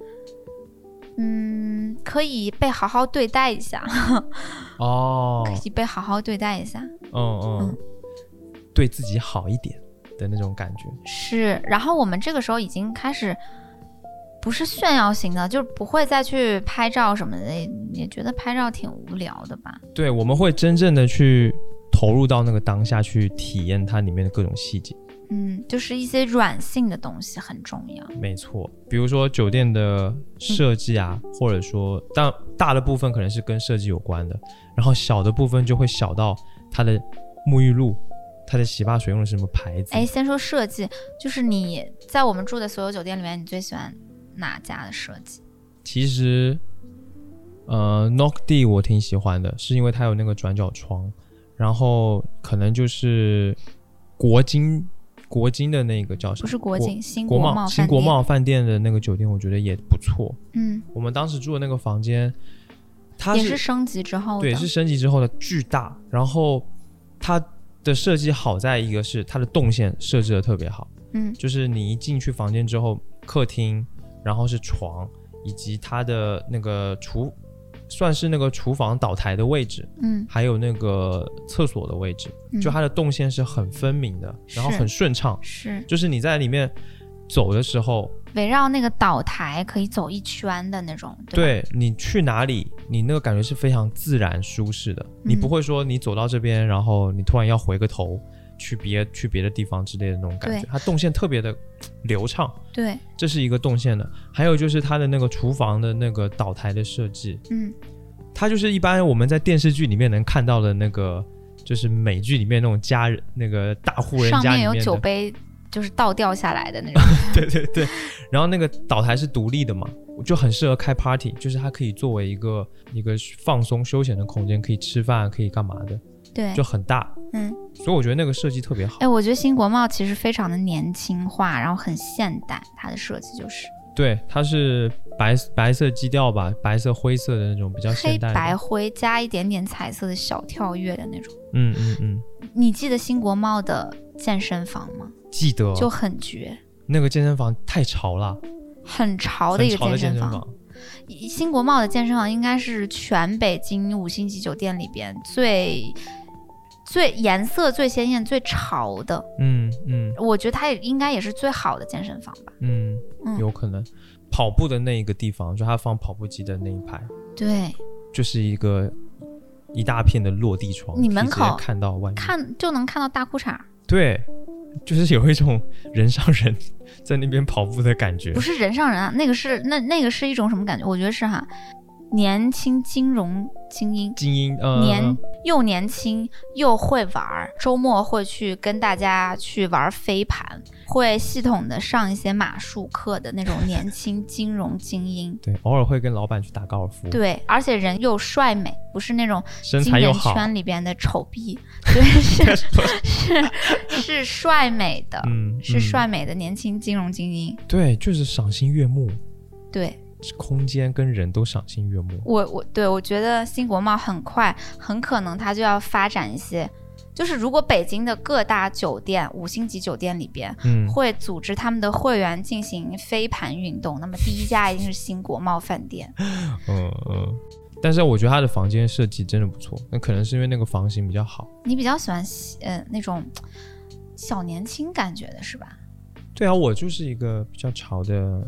嗯可以被好好对待一下。哦，可以被好好对待一下。 嗯 嗯, 嗯，对自己好一点的那种感觉。 是，然后我们这个时候已经开始不是炫耀型的，就是不会再去拍照什么的，也觉得拍照挺无聊的吧。 对，我们会真正的去投入到那个当下，去体验它里面的各种细节。 嗯，就是一些软性的东西很重要。 没错，比如说酒店的设计啊、嗯、或者说当大的部分可能是跟设计有关的，然后小的部分就会小到它的沐浴露，它的洗发水用的是什么牌子。 哎，先说设计，就是你在我们住的所有酒店里面，你最喜欢哪家的设计？ 其实呃 North 我挺喜欢的，是因为它有那个转角窗，然后可能就是国金国金的那个叫什么？ 不是国金，新国贸新国贸饭店的那个酒店，我觉得也不错。 嗯， 我们当时住的那个房间，它是也是升级之后的， 对，是升级之后的巨大。然后它的设计好在一个是它的动线设置的特别好， 嗯， 就是你一进去房间之后，客厅，然后是床，以及它的那个厨。算是那个厨房岛台的位置， 嗯， 还有那个厕所的位置， 嗯、 就它的动线是很分明的，然后很顺畅， 是， 就是你在里面走的时候， 围绕那个岛台可以走一圈的那种，对吧？ 对，你去哪里，你那个感觉是非常自然舒适的，嗯、你不会说你走到这边，然后你突然要回个头去别去别的地方之类的那种感觉，它动线特别的流畅。 对， 这是一个动线的。还有就是它的那个厨房的那个岛台的设计， 嗯， 它就是一般我们在电视剧里面能看到的那个，就是美剧里面那种家人那个大户人家里面的， 上面有酒杯就是倒掉下来的那种。 对对对，然后那个岛台是独立的嘛，就很适合开 party， 就是它可以作为一个一个放松休闲的空间，可以吃饭，可以干嘛的。 对， 就很大， 嗯， 所以我觉得那个设计特别好。 哎，我觉得新国贸其实非常的年轻化，然后很现代，它的设计就是， 对，它是白白色基调吧，白色灰色的那种比较现代的， 黑白灰加一点点彩色的小跳跃的那种。 嗯嗯嗯。 你记得新国贸的健身房吗？ 记得， 就很绝。 那个健身房太潮了， 很潮的一个健身房。 健身房新国贸的健身房应该是全北京五星级酒店里边最。最颜色最鲜艳最潮的， 嗯嗯， 我觉得它也应该也是最好的健身房吧。 嗯，嗯有可能跑步的那一个地方，就它放跑步机的那一排， 对， 就是一个一大片的落地窗， 你门口看到外面看就能看到大裤衩。 对，就是有一种人上人在那边跑步的感觉。 不是人上人啊，那个是那那个是一种什么感觉？我觉得是哈。年轻金融精英， 精英，呃， 年又年轻又会玩，周末会去跟大家去玩飞盘，会系统的上一些马术课的那种年轻金融精英。 对，偶尔会跟老板去打高尔夫。 对，而且人又帅美，不是那种身材又好， 金圆圈里边的丑逼，对，是是是帅美的， 嗯， 是帅美的年轻金融精英。 对，就是赏心悦目。 对。 空间跟人都赏心悦目。 我我对我觉得新国贸很快很可能它就要发展一些，就是如果北京的各大酒店五星级酒店里边、嗯、会组织他们的会员进行飞盘运动，那么第一家一定是新国贸饭店。 嗯嗯，但是我觉得它的房间设计真的不错，那可能是因为那个房型比较好。 你比较喜欢呃那种小年轻感觉的是吧？ 对啊，我就是一个比较潮的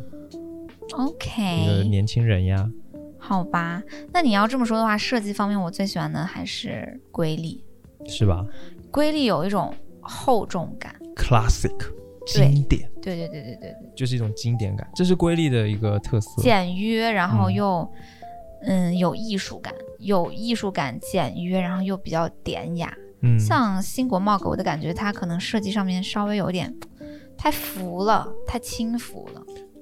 OK 一个年轻人呀。 好吧，那你要这么说的话，设计方面我最喜欢的还是瑰丽， 是吧？ 瑰丽有一种厚重感 ，classic 经典， 对对对对对对， 就是一种经典感，这是瑰丽的一个特色， 简约，然后又 嗯, 嗯有艺术感，有艺术感，简约，然后又比较典雅。嗯，像新国贸给我的感觉，它可能设计上面稍微有点太浮了，太轻浮了。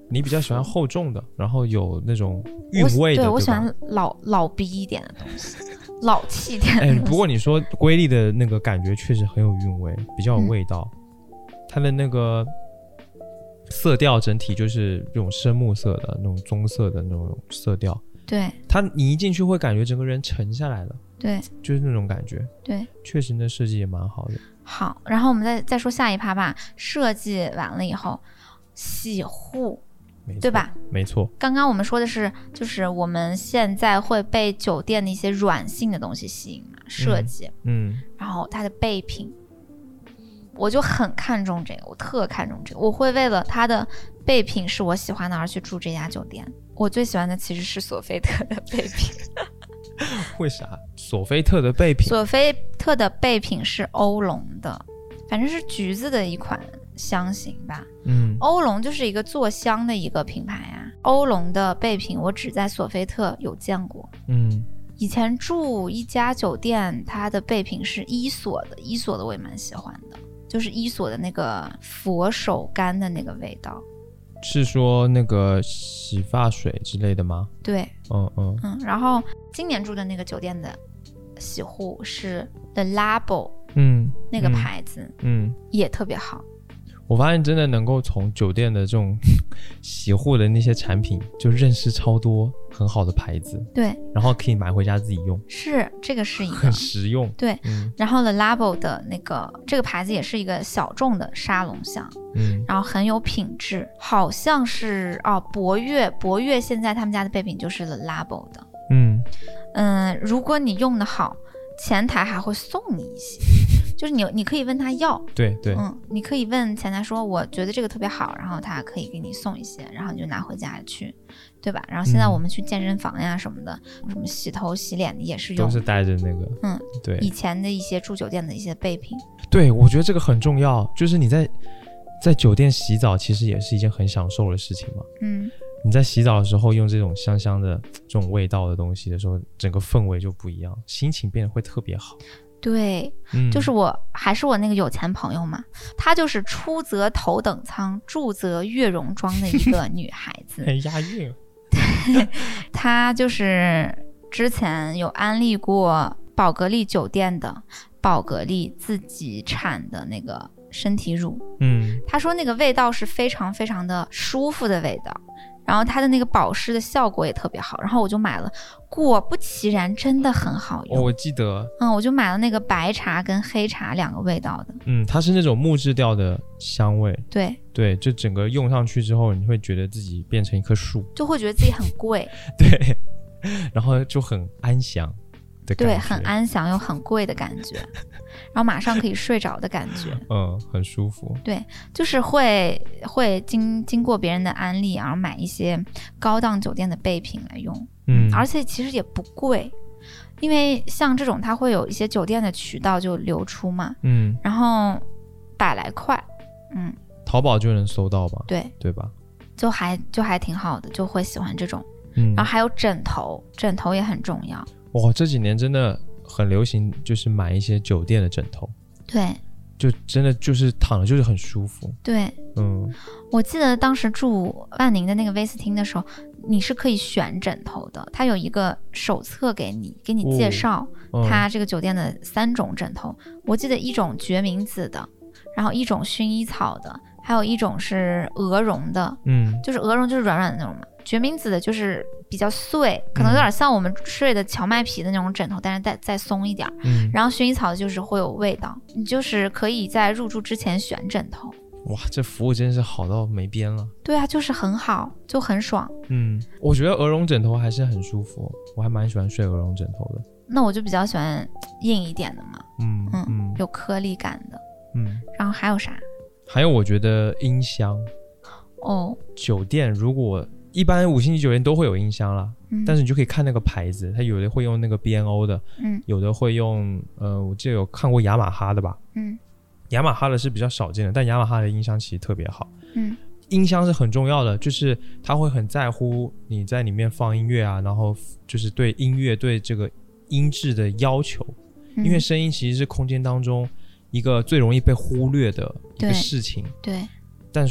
你比较喜欢厚重的，然后有那种韵味的，对， 对，我喜欢老老逼一点的东西，老气一点的东西。 哎，不过你说瑰丽的那个感觉确实很有韵味，比较有味道。嗯、它的那个色调整体就是这种深木色的那种棕色的那种色调。 对， 它你一进去会感觉整个人沉下来了。 对， 就是那种感觉。 对， 确实那设计也蛮好的。 好，然后我们再再说下一趴吧。设计完了以后，洗护，对吧？ 没错。 刚刚我们说的是，就是我们现在会被酒店的一些软性的东西吸引嘛，设计， 嗯，嗯然后它的备品，我就很看重这个，我特看重这个，我会为了它的备品是我喜欢的而去住这家酒店。我最喜欢的其实是索菲特的备品。 为啥？索菲特的备品？ 索菲特的备品是欧龙的，反正是橘子的一款香型吧。 嗯， 欧龙就是一个做香的一个品牌啊。欧龙的备品我只在索菲特有见过。 嗯， 以前住一家酒店，它的备品是伊索的，伊索的我也蛮喜欢的，就是伊索的那个佛手柑的那个味道。 是说那个洗发水之类的吗？ 对， 嗯嗯嗯。然后今年住的那个酒店的洗护是 The Labo， 嗯， 那个牌子， 嗯， 也特别好。 我发现真的能够从酒店的这种洗护的那些产品，就认识超多很好的牌子。 对， 然后可以买回家自己用。 是，这个是一个很实用。 对， 嗯、 然后 The Labo 的那个这个牌子也是一个小众的沙龙香， 嗯， 然后很有品质，好像是哦，博悦，博悦现在他们家的备品就是 The Labo 的。 嗯嗯，如果你用的好，前台还会送你一些。就是你，你可以问他要， 对对， 嗯，你可以问前台说，我觉得这个特别好，然后他可以给你送一些，然后你就拿回家去，对吧？然后现在我们去健身房呀什么的，嗯、什么洗头洗脸的也是用， 都是带着那个， 嗯， 对， 以前的一些住酒店的一些备品。 对，我觉得这个很重要，就是你在在酒店洗澡，其实也是一件很享受的事情嘛。 嗯， 你在洗澡的时候用这种香香的这种味道的东西的时候，整个氛围就不一样，心情变得会特别好。 对、嗯，就是我还是我那个有钱朋友嘛，她就是出则头等舱，住则月容庄的一个女孩子， 很押韵。 对，她就是之前有安利过宝格丽酒店的宝格丽自己产的那个身体乳， 嗯， 她说那个味道是非常非常的舒服的味道。然后它的那个保湿的效果也特别好，然后我就买了，果不其然真的很好用。 哦，我记得， 嗯，我就买了那个白茶跟黑茶两个味道的。 嗯，它是那种木质调的香味。 对对，就整个用上去之后，你会觉得自己变成一棵树， 就会觉得自己很贵。 对，然后就很安详的感觉。 对，很安详又很贵的感觉，然后马上可以睡着的感觉。 嗯，很舒服。 对，就是会会经经过别人的安利，然后买一些高档酒店的备品来用。嗯，而且其实也不贵，因为像这种它会有一些酒店的渠道就流出嘛。 嗯， 然后百来块，嗯， 淘宝就能搜到吧？ 对， 对吧？ 就还就还挺好的，就会喜欢这种。 嗯， 然后还有枕头，枕头也很重要。 哇，这几年真的很流行，就是买一些酒店的枕头。 对， 就真的就是躺着就是很舒服。 对，嗯，我记得当时住万宁的那个威斯汀的时候，你是可以选枕头的，它有一个手册给你，给你介绍它这个酒店的三种枕头。哦嗯、我记得一种决明子的，然后一种薰衣草的，还有一种是鹅绒的。嗯，就是鹅绒就是软软的那种嘛，决明子的就是比较碎，可能有点像我们睡的荞麦皮的那种枕头，嗯、但是再再松一点。嗯，然后薰衣草就是会有味道，你就是可以在入住之前选枕头。 哇，这服务真是好到没边了。 对啊，就是很好，就很爽。 嗯，我觉得鹅绒枕头还是很舒服，我还蛮喜欢睡鹅绒枕头的。 那我就比较喜欢硬一点的嘛。 嗯 嗯, 嗯， 有颗粒感的。 嗯， 然后还有啥？ 还有我觉得音箱。 哦， 酒店如果一般五星级酒店都会有音箱啦， 嗯、 但是你就可以看那个牌子，它有的会用那个 B N O 的， 嗯， 有的会用呃，我记得有看过雅马哈的吧， 嗯， 雅马哈的是比较少见的，但雅马哈的音箱其实特别好， 嗯， 音箱是很重要的，就是他会很在乎你在里面放音乐啊，然后就是对音乐对这个音质的要求， 嗯、 因为声音其实是空间当中一个最容易被忽略的一个事情， 对，对但是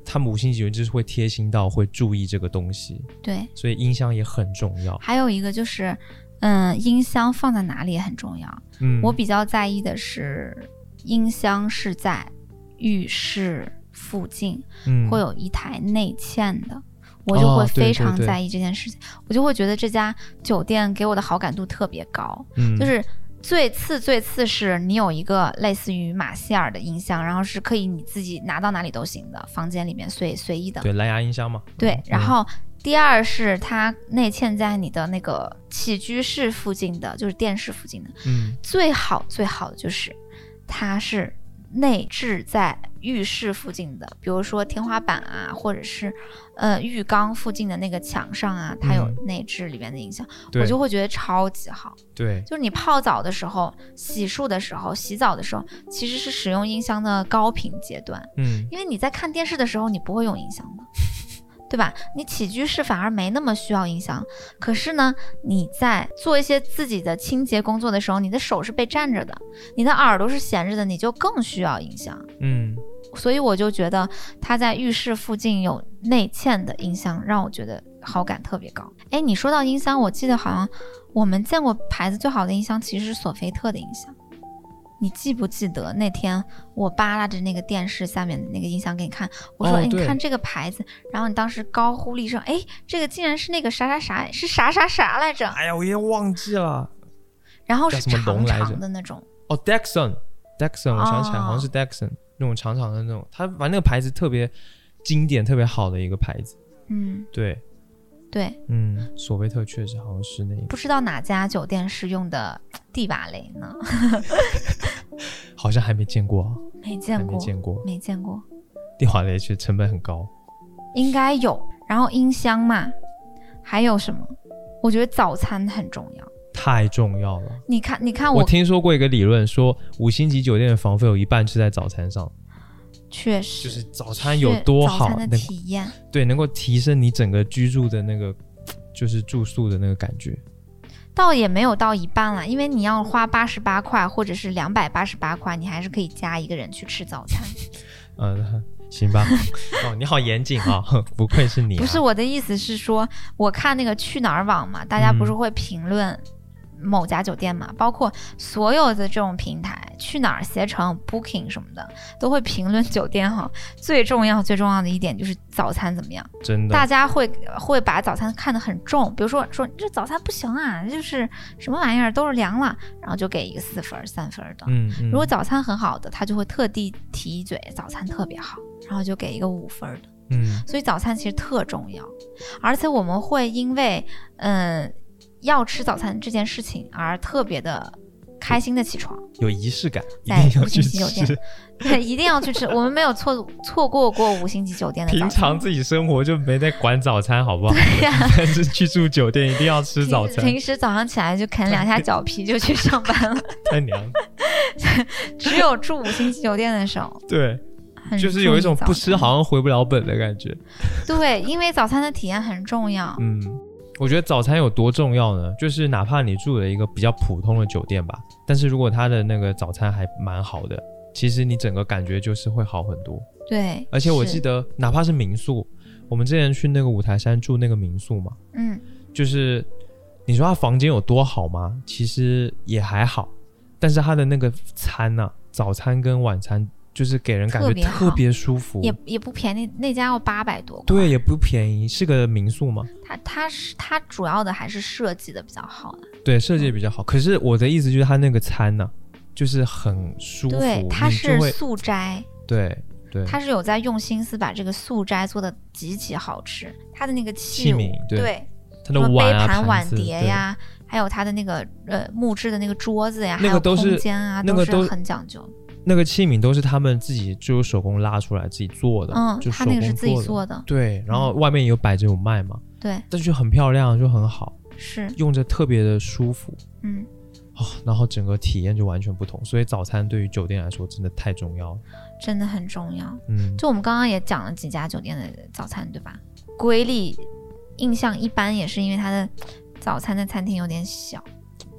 他们五星级酒店就是会贴心到会注意这个东西， 对， 所以音箱也很重要。 还有一个就是嗯，音箱放在哪里也很重要。嗯，我比较在意的是音箱是在浴室附近、嗯、会有一台内嵌的，我就会非常在意这件事情、哦、对对对，我就会觉得这家酒店给我的好感度特别高、嗯、就是最次最次是你有一个类似于马歇尔的音箱，然后是可以你自己拿到哪里都行的，房间里面随随意的， 对，蓝牙音箱嘛。 对，然后第二是它内嵌在你的那个起居室附近的，就是电视附近的。嗯，最好最好的就是它是内置在浴室附近的，比如说天花板啊，或者是呃浴缸附近的那个墙上啊，它有内置里面的音响、嗯、我就会觉得超级好。 对， 就是你泡澡的时候、洗漱的时候、洗澡的时候，其实是使用音箱的高频阶段。嗯，因为你在看电视的时候你不会用音箱的，对吧？你起居室反而没那么需要音箱，可是呢，你在做一些自己的清洁工作的时候，你的手是被占着的，你的耳朵是闲着的，你就更需要音箱。嗯，所以我就觉得它在浴室附近有内嵌的音箱，让我觉得好感特别高。哎，你说到音箱，我记得好像我们见过牌子最好的音箱其实是索菲特的音箱。你记不记得那天我扒拉着那个电视下面的那个音箱给你看，我说、哦、哎，你看这个牌子，然后你当时高呼了一声，哎，这个竟然是那个啥啥啥，是啥啥啥来着？ 哎呀，我也忘记了。 然后是长长的那种。 哦 ，Dexon，Dexon， Dexon， 我想起来、哦、好像是 Dexon 那种长长的那种，它反正那个牌子特别经典、特别好的一个牌子。嗯，对。 对， 嗯，索菲特确实好像是那个， 不知道哪家酒店是用的蒂瓦雷呢？ 好像还没见过， 没见过， 没见过， 没见过。 蒂瓦雷其实成本很高， 应该有。然后音箱嘛，还有什么？我觉得早餐很重要， 太重要了。 你看，你看我， 我听说过一个理论，说五星级酒店的房费有一半是在早餐上。 确实， 就是早餐有多好， 早餐的体验， 对，能够提升你整个居住的那个，就是住宿的那个感觉。 倒也没有到一半了，因为你要花八十八块或者是两百八十八块，你还是可以加一个人去吃早餐。 嗯，行吧。哦，你好严谨啊、哦，不愧是你、啊。 不是，我的意思是说，我看那个去哪儿网嘛，大家不是会评论某家酒店嘛，包括所有的这种平台，去哪儿、携程、Booking 什么的，都会评论酒店哈。最重要、最重要的一点就是早餐怎么样？ 真的， 大家会会把早餐看得很重，比如说说这早餐不行啊，就是什么玩意儿都是凉了，然后就给一个四分、三分的。嗯嗯。如果早餐很好的，他就会特地提一嘴早餐特别好，然后就给一个五分的。嗯。所以早餐其实特重要，而且我们会因为嗯。要吃早餐这件事情而特别的开心的起床， 有仪式感， 在五星级酒店，对，一定要去吃。我们没有错错过过五星级酒店的早餐。 平常自己生活就没在管早餐，好不好？对呀、啊，但是去住酒店一定要吃早餐。 平, 平时早上起来就啃两下脚皮就去上班了， 太娘了。 只有住五星级酒店的时候， 对，就是有一种不吃好像回不了本的感觉。 对，因为早餐的体验很重要。 嗯。我觉得早餐有多重要呢？就是哪怕你住了一个比较普通的酒店吧，但是如果它的那个早餐还蛮好的，其实你整个感觉就是会好很多。 对， 而且我记得哪怕是民宿，我们之前去那个五台山住那个民宿嘛，嗯，就是你说它房间有多好吗？其实也还好，但是它的那个餐啊，早餐跟晚餐就是给人感觉特别舒服， 也也不便宜，那家要八百多块。 对，也不便宜，是个民宿嘛。 它它是它主要的还是设计的比较好的。 对，设计比较好。嗯、可是我的意思就是它那个餐呢、啊，就是很舒服。 对，它是素斋。 对对， 它是有在用心思把这个素斋做的极其好吃。它的那个器皿，对， 对它的碗啊、 杯盘碗碟呀，还有它的那个呃木质的那个桌子呀， 那个都是还有空间啊， 那个都是很讲究。 那个器皿都是他们自己就手工拉出来自己做的， 嗯， 就手工做的， 他那个是自己做的， 对，然后外面有摆着有卖嘛， 对， 但是就很漂亮，就很好， 是用着特别的舒服， 嗯， 哦，然后整个体验就完全不同，所以早餐对于酒店来说真的太重要了， 真的很重要，嗯，就我们刚刚也讲了几家酒店的早餐，对吧？瑰丽印象一般也是因为它的早餐的餐厅有点小。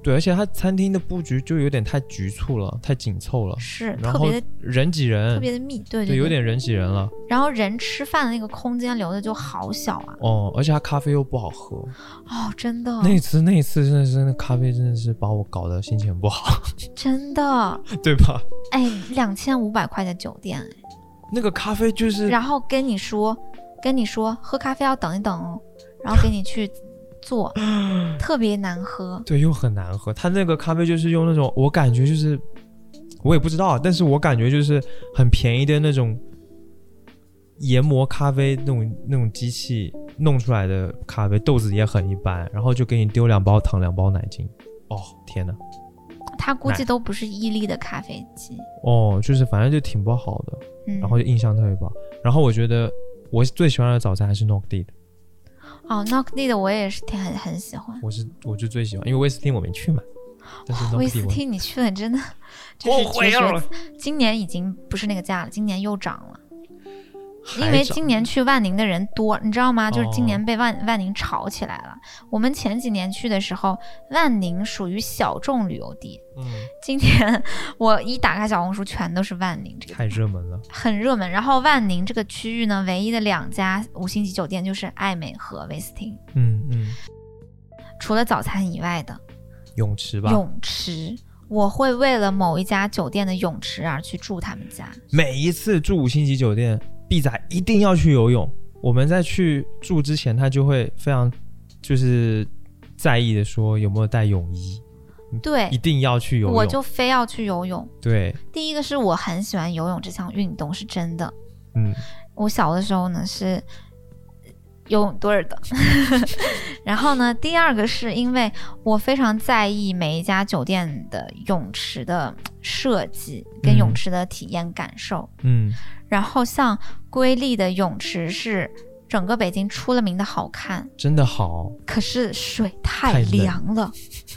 对，而且它餐厅的布局就有点太局促了，太紧凑了， 是然后特别的人挤人， 特别的密，对对, 对, 对， 有点人挤人了。 然后人吃饭的那个空间留的就好小啊。 哦，而且它咖啡又不好喝。 哦，真的。 那次那一次真的是那咖啡真的是把我搞得心情很不好。 真的。 对吧？ 哎，两千五百块的酒店，哎， 那个咖啡就是， 然后跟你说跟你说喝咖啡要等一等哦，然后给你去做，特别难喝。 对，又很难喝。他那个咖啡就是用那种，我感觉就是我也不知道，但是我感觉就是很便宜的那种研磨咖啡那种那种机器弄出来的咖啡，豆子也很一般，然后就给你丢两包糖两包奶精。哦天哪， 他估计都不是伊利的咖啡机。 哦，就是反正就挺不好的、嗯、然后就印象特别不好。然后我觉得我最喜欢的早餐还是 Knockd 的。 哦 Knockd 的我也是挺很很喜欢。 我是我就最喜欢，因为威斯汀我没去嘛。但是、 哦、威斯汀你去了，你真的就是后悔了。今年已经不是那个价了，今年又涨了。因为今年去万宁的人多，你知道吗？就是今年被万、哦、万宁炒起来了。我们前几年去的时候，万宁属于小众旅游地。嗯，今年我一打开小红书，全都是万宁这个， 太热门了， 很热门。然后万宁这个区域呢，唯一的两家五星级酒店就是艾美和威斯汀。 嗯嗯， 除了早餐以外的泳池吧， 泳池。我会为了某一家酒店的泳池而去住他们家。 每一次住五星级酒店，毕仔一定要去游泳。我们在去住之前，他就会非常就是在意的说有没有带泳衣。 对， 一定要去游泳。 我就非要去游泳。 对， 第一个是我很喜欢游泳这项运动，是真的。 嗯， 我小的时候呢是游泳队的。然后呢，第二个是因为我非常在意每一家酒店的泳池的设计跟泳池的体验感受。 嗯， 然后像瑰丽的泳池是整个北京出了名的好看， 真的好， 可是水太凉了，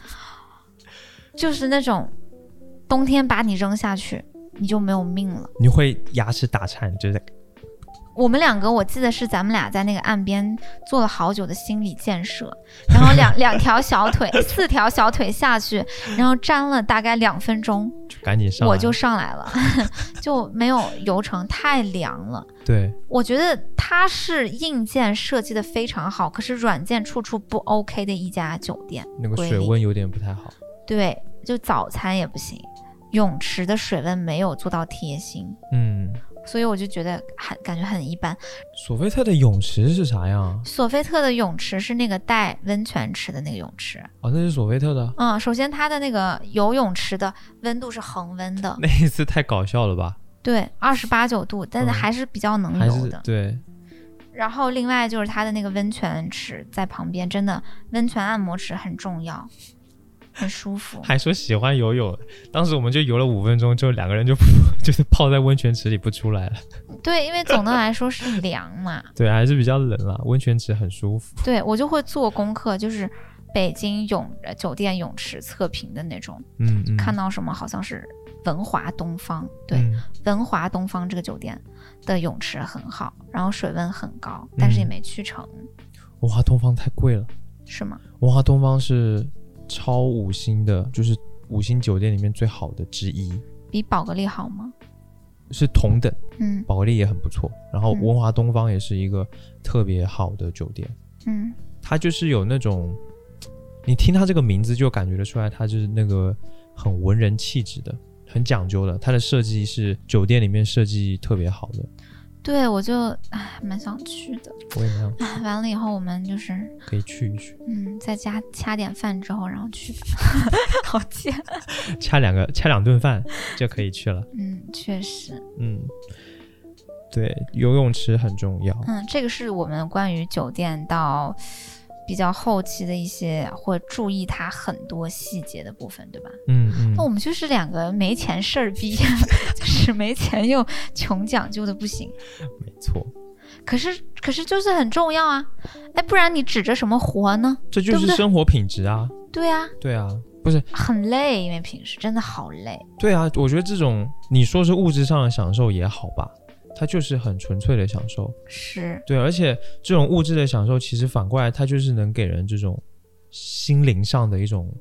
就是那种冬天把你扔下去你就没有命了， 你会牙齿打颤。就是我们两个我记得是咱们俩在那个岸边做了好久的心理建设，然后两两条小腿四条小腿下去，然后站了大概两分钟就赶紧上来， 我就上来了。就没有游成，太凉了。 对， 我觉得它是硬件设计的非常好，可是软件处处不 OK 的一家酒店。 那个水温有点不太好。 对，就早餐也不行，泳池的水温没有做到贴心。 嗯， 所以我就觉得很感觉很一般。 索菲特的泳池是啥样？ 索菲特的泳池是那个带温泉池的那个泳池。 哦，那是索菲特的。 嗯，首先它的那个游泳池的温度是恒温的。 那一次太搞笑了吧？ 对，二十八九度，但是还是比较能游的。 嗯、对。 然后另外就是它的那个温泉池在旁边，真的温泉按摩池很重要。很舒服， 还说喜欢游泳，当时我们就游了五分钟，就两个人就就是泡在温泉池里不出来了。 对，因为总的来说是凉嘛。 对，还是比较冷啦，温泉池很舒服。 对，我就会做功课，就是北京泳酒店泳池测评的那种。 嗯, 嗯， 看到什么好像是文华东方，对、嗯，文华东方这个酒店的泳池很好，然后水温很高，但是也没去成。 嗯、文华东方太贵了。 是吗？ 文华东方是超五星的，就是五星酒店里面最好的之一。 比宝格丽好吗？ 是同等。 嗯， 宝格丽也很不错，然后文华东方也是一个特别好的酒店。 嗯， 它就是有那种，你听它这个名字就感觉得出来，它就是那个很文人气质的，很讲究的。它的设计是酒店里面设计特别好的。 对，我就唉蛮想去的。 我也蛮想去。 完了以后我们就是可以去一去。 嗯，在家掐点饭之后然后去吧。好贱。 掐两个掐两顿饭就可以去了。 嗯，确实。 嗯，对，游泳池很重要。 嗯，这个是我们关于酒店到比较后期的一些或注意它很多细节的部分，对吧？ 嗯嗯。 那我们就是两个没钱事儿逼，就是没钱又穷讲究的不行。 没错。 可是可是就是很重要啊！哎，不然你指着什么活呢？ 这就是生活品质啊！ 对啊， 对啊，不是很累，因为平时真的好累。 对啊，我觉得这种你说是物质上的享受也好吧。它就是很纯粹的享受， 是对，而且这种物质的享受其实反过来它就是能给人这种心灵上的一种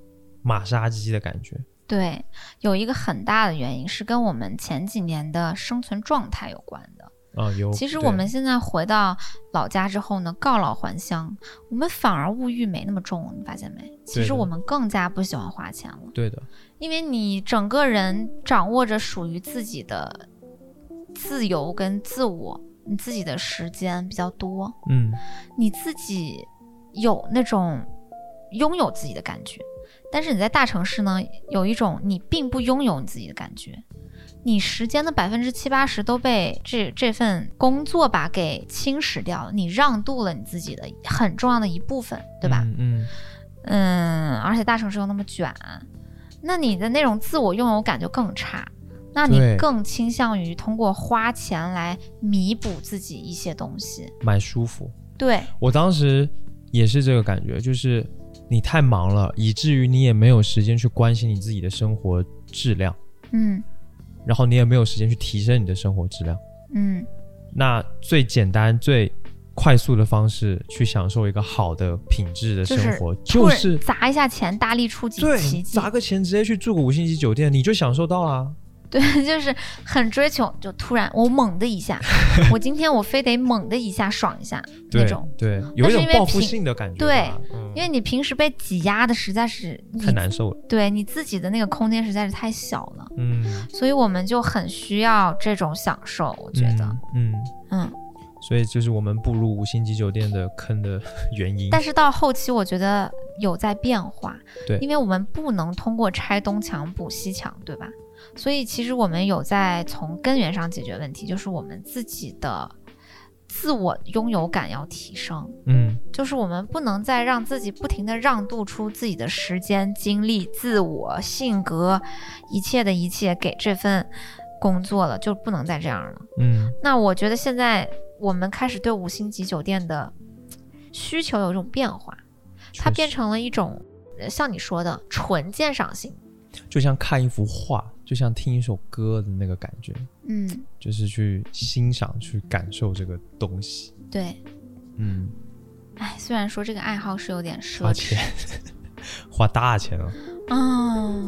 马杀鸡的感觉。 对，有一个很大的原因是跟我们前几年的生存状态有关的。 啊、有。 其实我们现在回到老家之后呢，告老还乡，我们反而物欲没那么重了，你发现没？其实我们更加不喜欢花钱了。 对的， 因为你整个人掌握着属于自己的自由跟自我，你自己的时间比较多， 嗯， 你自己有那种拥有自己的感觉。但是你在大城市呢，有一种你并不拥有你自己的感觉，你时间的百分之七八十都被这这份工作吧给侵蚀掉了，你让渡了你自己的很重要的一部分，对吧？ 嗯 嗯, 嗯，而且大城市又那么卷，那你的那种自我拥有感就更差，那你更倾向于通过花钱来弥补自己一些东西， 买舒服。 对， 我当时也是这个感觉，就是你太忙了，以至于你也没有时间去关心你自己的生活质量， 嗯， 然后你也没有时间去提升你的生活质量， 嗯， 那最简单最快速的方式去享受一个好的品质的生活，就是、就是、 砸一下钱，大力出奇迹， 对，砸个钱直接去住个五星级酒店，你就享受到了。 对，就是很追求，就突然我猛的一下，我今天我非得猛的一下爽一下那种， 对，对，有一种报复性的感觉。 对、 嗯， 因为你平时被挤压的实在是太难受了， 对你自己的那个空间实在是太小了， 嗯， 所以我们就很需要这种享受，我觉得， 嗯嗯, 嗯， 所以就是我们步入五星级酒店的坑的原因。 但是到后期我觉得有在变化， 对， 因为我们不能通过拆东墙补西墙，对吧？所以其实我们有在从根源上解决问题，就是我们自己的自我拥有感要提升， 嗯， 就是我们不能再让自己不停地让渡出自己的时间、精力、自我、性格，一切的一切给这份工作了，就不能再这样了。 嗯， 那我觉得现在我们开始对五星级酒店的需求有一种变化，它变成了一种像你说的纯鉴赏性， 就像看一幅画，就像听一首歌的那个感觉， 嗯， 就是去欣赏去感受这个东西。 对， 嗯， 哎，虽然说这个爱好是有点奢侈， 花钱花大钱了哦。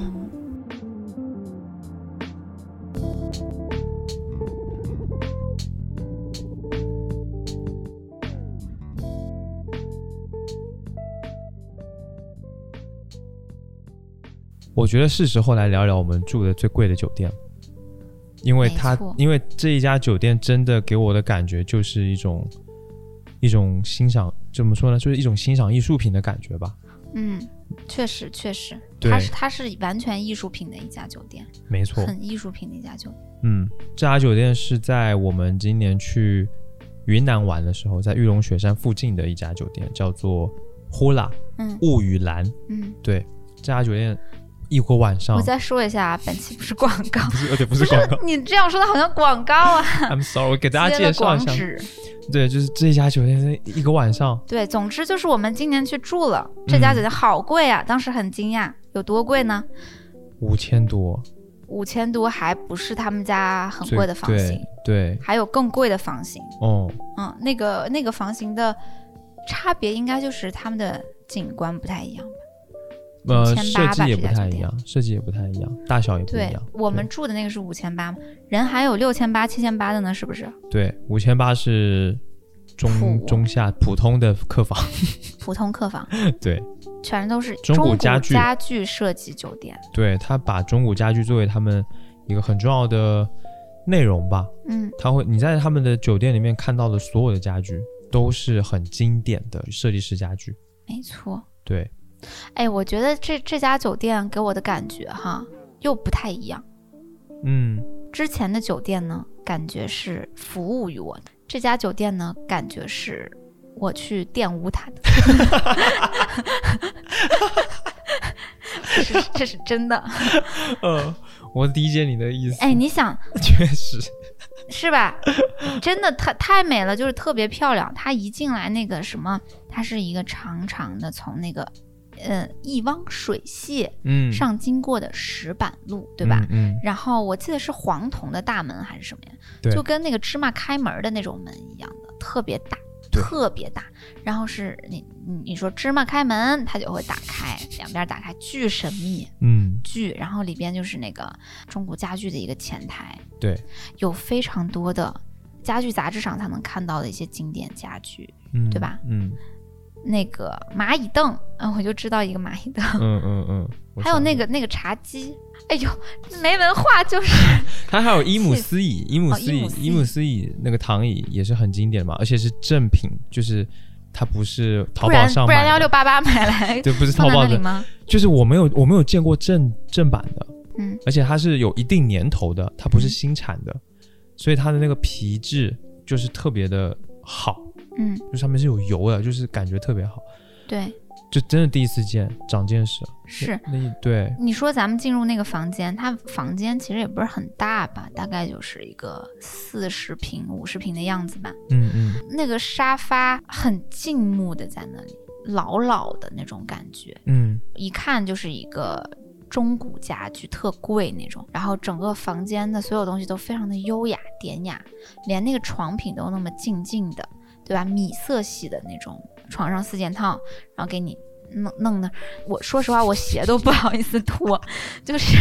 我觉得是时候来聊聊我们住的最贵的酒店，因为它因为这一家酒店真的给我的感觉就是一种一种欣赏，怎么说呢，就是一种欣赏艺术品的感觉吧。 嗯，确实确实，它是它是完全艺术品的一家酒店， 没错， 很艺术品的一家酒店。 嗯，这家酒店是在我们今年去云南玩的时候，在玉龙雪山附近的一家酒店，叫做呼啦， 嗯， 雾与蓝， 嗯， 对，这家酒店。一个晚上， 我再说一下，本期不是广告， 不是，而且不是广告， 你这样说的好像广告啊。 I'm sorry， 我给大家介绍一下。对，就是这家酒店一个晚上。 对，总之就是我们今年去住了，这家酒店好贵啊，嗯、当时很惊讶，有多贵呢？ 五千多。 五千多还不是他们家很贵的房型， 对，对还有更贵的房型。 哦， 嗯，那个那个房型的差别应该就是他们的景观不太一样吧。 呃，设计也不太一样，设计也不太一样，大小也不一样。 对，我们住的那个是五千八，人还有六千八、七千八的呢，是不是？ 对，五千八是中中下普通的客房， 普通客房， 对， 全都是中古家具家具设计酒店。 对，他把中古家具作为他们一个很重要的内容吧。 嗯， 他会你在他们的酒店里面看到的所有的家具都是很经典的设计师家具。 没错， 对。 哎，我觉得这这家酒店给我的感觉哈又不太一样。 嗯， 之前的酒店呢，感觉是服务于我的；这家酒店呢，感觉是我去玷污它的。这, 是这是真的。 呃，我理解你的意思。 哎，你想， 确实是吧？真的太太美了，就是特别漂亮。它一进来那个什么，它是一个长长的从那个。呃，一汪水榭上经过的石板路，嗯、对吧？ 嗯，嗯。 然后我记得是黄铜的大门还是什么呀？就跟那个芝麻开门的那种门一样的，特别大，特别大。然后是你你说芝麻开门，它就会打开， 两边打开巨神秘， 嗯， 巨，然后里边就是那个中古家具的一个前台， 对， 有非常多的家具杂志上才能看到的一些经典家具， 嗯， 对吧？ 嗯， 那个蚂蚁凳，嗯，我就知道一个蚂蚁凳， 嗯嗯嗯， 还有那个那个茶几，哎呦，没文化就是。 它还有伊姆斯椅，伊姆斯椅， 哦、 伊姆斯椅那个躺椅也是很经典嘛，而且是正品，就是它不是淘宝上买的， 不然要六八八买来， 对，不是淘宝的吗？ 就是我没有我没有见过正正版的， 嗯， 而且它是有一定年头的，它不是新产的，嗯、所以它的那个皮质就是特别的好， 嗯， 就上面是有油的，就是感觉特别好， 对。 就真的第一次见，长见识。 是， 那对你说咱们进入那个房间，它房间其实也不是很大吧，大概就是一个四十平、五十平的样子吧。 嗯嗯。 那个沙发很静穆的在那里，老老的那种感觉。 嗯， 一看就是一个中古家具，特贵那种。然后整个房间的所有东西都非常的优雅典雅，连那个床品都那么静静的，对吧？米色系的那种。床上四件套，然后给你弄弄的，我说实话，我鞋都不好意思脱，就是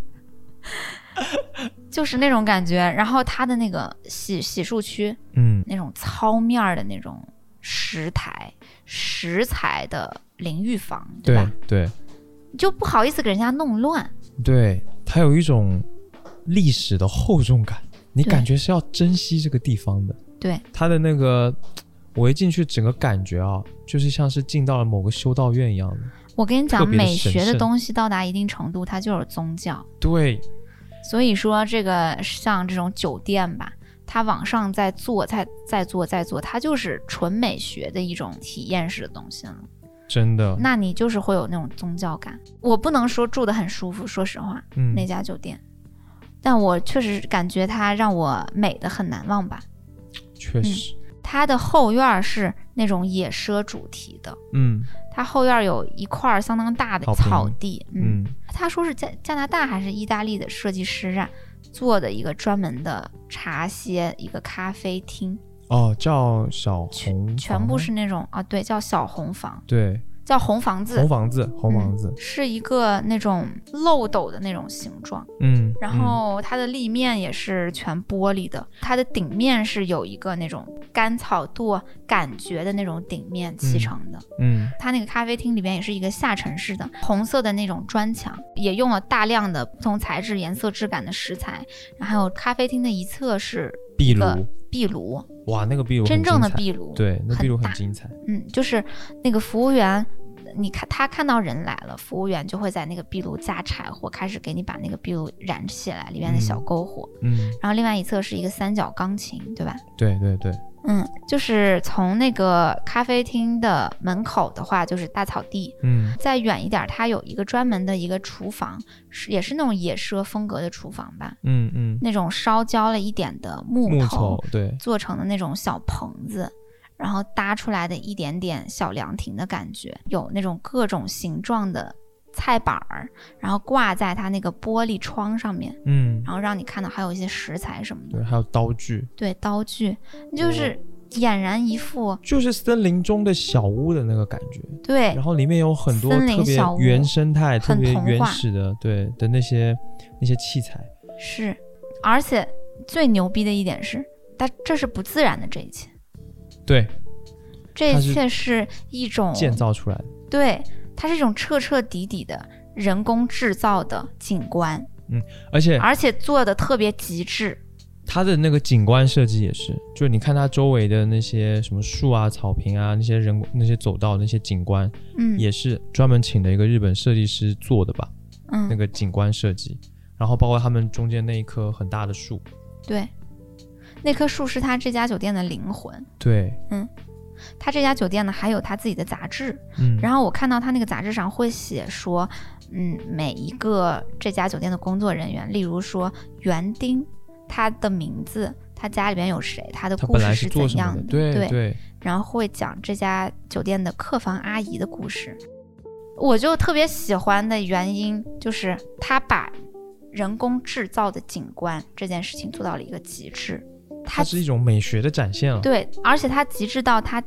就是那种感觉。然后它的那个洗洗漱区， 嗯， 那种糙面的那种石台石材的淋浴房，对吧？ 对，对就不好意思给人家弄乱。 对，它有一种历史的厚重感，你感觉是要珍惜这个地方的。 对， 它的那个。我一进去整个感觉啊，就是像是进到了某个修道院一样的。 我跟你讲，美学的东西到达一定程度它就是宗教。 对， 所以说这个像这种酒店吧，它往上再做再再做再做，它就是纯美学的一种体验式的东西了。 真的， 那你就是会有那种宗教感。我不能说住得很舒服，说实话，嗯，那家酒店，但我确实感觉它让我美得很难忘吧。 确实。嗯， 它的后院是那种野奢主题的， 嗯， 它后院有一块相当大的草地，嗯，嗯他说是加加拿大还是意大利的设计师啊做的一个专门的茶歇一个咖啡厅， 哦，叫小红房， 全部是那种啊，对，叫小红房， 对。 叫红房子， 红房子，红房子、 嗯、是一个那种漏斗的那种形状， 嗯， 然后它的立面也是全玻璃的，它的顶面是有一个那种干草垛感觉的那种顶面砌成的， 嗯， 它那个咖啡厅里边也是一个下沉式的红色的那种砖墙，也用了大量的不同材质、颜色、质感的石材，然后还有咖啡厅的一侧是壁炉， 壁炉， 哇，那个壁炉真正的壁炉， 对，那壁炉很精彩， 嗯，就是那个服务员。你看他看到人来了，服务员就会在那个壁炉加柴火，开始给你把那个壁炉燃起来，里面的小篝火， 嗯， 然后另外一侧是一个三角钢琴，对吧？ 对对对， 嗯，就是从那个咖啡厅的门口的话，就是大草地， 嗯， 再远一点，它有一个专门的一个厨房，是也是那种野奢风格的厨房吧， 嗯嗯， 那种烧焦了一点的木头， 木头对， 做成的那种小棚子。然后搭出来的一点点小凉亭的感觉，有那种各种形状的菜板儿，然后挂在它那个玻璃窗上面， 嗯， 然后让你看到还有一些食材什么的， 对，还有刀具， 对，刀具，就是俨然一副就是森林中的小屋的那个感觉， 对， 然后里面有很多特别原生态、特别原始的，对的那些那些器材， 是，而且最牛逼的一点是，但这是不自然的这一切。 对， 这一切是一种建造出来的， 对，它是一种彻彻底底的人工制造的景观， 嗯，而且而且做的特别极致。 它的那个景观设计也是，就是你看它周围的那些什么树啊、草坪啊，那些人那些走道那些景观， 嗯， 也是专门请的一个日本设计师做的吧， 嗯， 那个景观设计，然后包括他们中间那一棵很大的树， 对。那棵树是他这家酒店的灵魂， 对， 嗯，他这家酒店呢还有他自己的杂志， 嗯， 然后我看到他那个杂志上会写说，嗯，每一个这家酒店的工作人员，例如说园丁，他的名字，他家里边有谁，他的故事是怎样的， 的对 对, 对， 然后会讲这家酒店的客房阿姨的故事。我就特别喜欢的原因就是他把人工制造的景观这件事情做到了一个极致。 它是一种美学的展现了， 对，而且它极致到它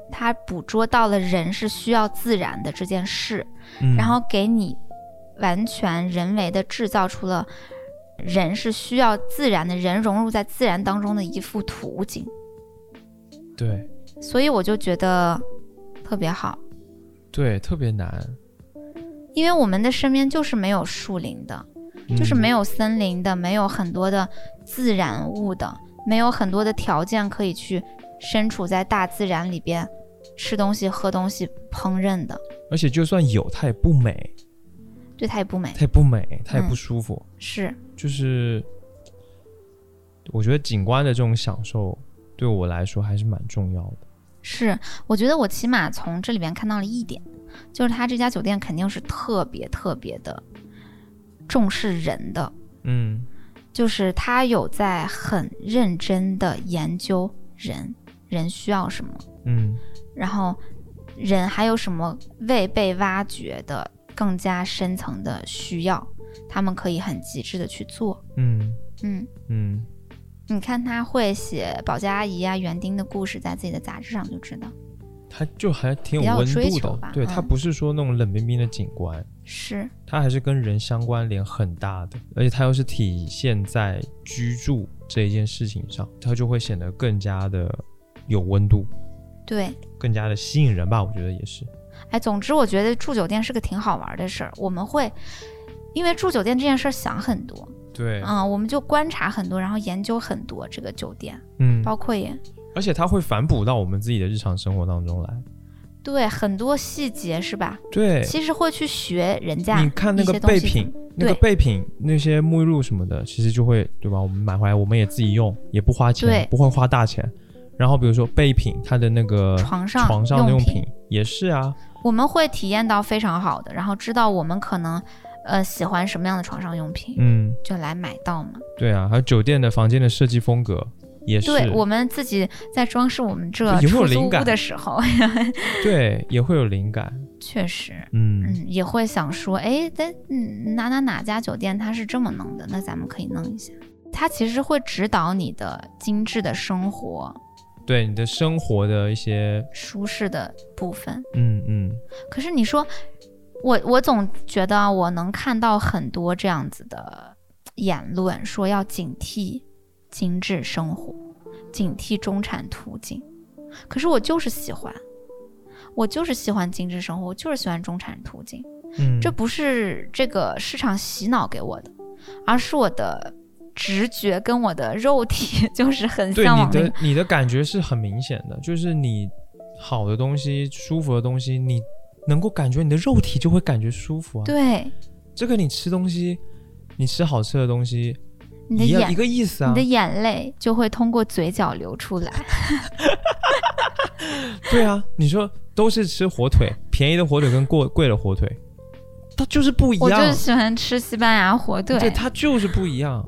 他捕捉到了人是需要自然的这件事， 嗯、 然后给你完全人为的制造出了人是需要自然的，人融入在自然当中的一幅图景。 对， 所以我就觉得特别好。 对，特别难， 因为我们的身边就是没有树林的、嗯、就是没有森林的，没有很多的自然物的，没有很多的条件可以去身处在大自然里边吃东西喝东西烹饪的。 而且就算有它也不美。 对，它也不美， 它也不美，它也不舒服、 嗯、是， 就是我觉得景观的这种享受对我来说还是蛮重要的。 是，我觉得我起码从这里边看到了一点，就是他这家酒店肯定是特别特别的重视人的。 嗯， 就是他有在很认真的研究人人需要什么， 嗯， 然后人还有什么未被挖掘的更加深层的需要，他们可以很极致的去做。 嗯嗯嗯， 你看他会写保洁阿姨啊园丁的故事在自己的杂志上就知道， 他就还挺有温度的。对、嗯、他不是说那种冷冰冰的景观， 是他还是跟人相关联很大的，而且他又是体现在居住这一件事情上，他就会显得更加的有温度， 对， 更加的吸引人吧，我觉得也是。 哎，总之我觉得住酒店是个挺好玩的事儿，我们会因为住酒店这件事儿想很多。 对， 嗯，我们就观察很多，然后研究很多这个酒店， 嗯， 包括也， 而且它会反哺到我们自己的日常生活当中来。 对，很多细节是吧？ 对， 其实会去学人家。 你看那个备品，那个备品那些沐浴露什么的，其实就会对吧？我们买回来我们也自己用，也不花钱，不会花大钱。然后比如说备品，它的那个床上床上用品也是啊， 我们会体验到非常好的，然后知道我们可能呃喜欢什么样的床上用品， 嗯， 就来买到嘛。 对啊，还有酒店的房间的设计风格也是， 对，我们自己在装饰我们这出租屋的时候， 对，也会有灵感。 确实， 嗯嗯，也会想说，哎，在嗯哪哪哪家酒店它是这么弄的，那咱们可以弄一下。它其实会指导你的精致的生活。 对你的生活的一些舒适的部分， 嗯嗯。 可是你说，我我总觉得我能看到很多这样子的言论，说要警惕精致生活，警惕中产途径。可是我就是喜欢，我就是喜欢精致生活，我就是喜欢中产途径。 嗯， 这不是这个市场洗脑给我的，而是我的直觉跟我的肉体就是很向往。 对，你的你的感觉是很明显的，就是你好的东西舒服的东西你能够感觉，你的肉体就会感觉舒服啊。 对， 这个你吃东西，你吃好吃的东西你的眼一个意思啊， 你的眼泪就会通过嘴角流出来。 对啊，你说都是吃火腿，便宜的火腿跟贵贵的火腿它就是不一样。 我就喜欢吃西班牙火腿， 对，它就是不一样。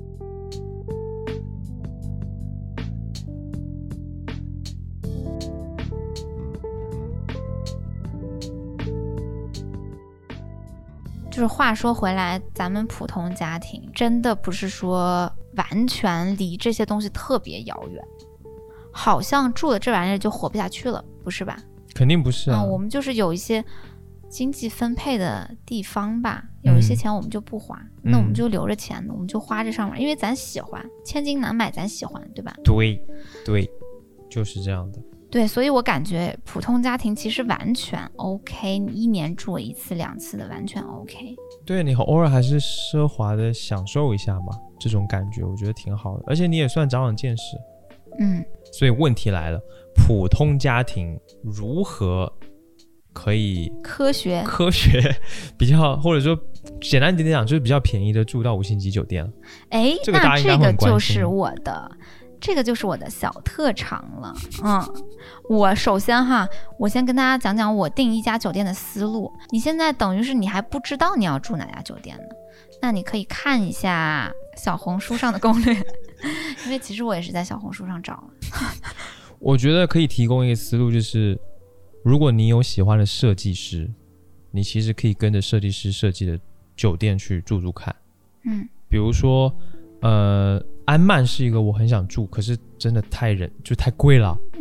就是话说回来，咱们普通家庭真的不是说完全离这些东西特别遥远，好像住了这玩意儿就活不下去了，不是吧？ 肯定不是啊、 嗯、我们就是有一些经济分配的地方吧，有一些钱我们就不花、嗯、那我们就留着钱，我们就花这上面，因为咱喜欢，千金难买咱喜欢，对吧？ 对对，就是这样的。 对，所以我感觉普通家庭其实完全 OK， 你一年住一次两次的完全 OK。 对，你偶尔还是奢华的享受一下嘛，这种感觉我觉得挺好的，而且你也算长长见识。 嗯， 所以问题来了，普通家庭如何可以科学科学比较，或者说简单一点讲就是比较便宜的住到五星级酒店了。 哎， 这个大家应该会很关心。 那这个就是我的这个就是我的小特长了。嗯，我首先哈，我先跟大家讲讲我订一家酒店的思路。你现在等于是你还不知道你要住哪家酒店呢，那你可以看一下小红书上的攻略，因为其实我也是在小红书上找了。 我觉得可以提供一个思路，就是如果你有喜欢的设计师，你其实可以跟着设计师设计的酒店去住住看。 嗯， 比如说呃安曼是一个我很想住，可是真的太人就太贵了。 嗯，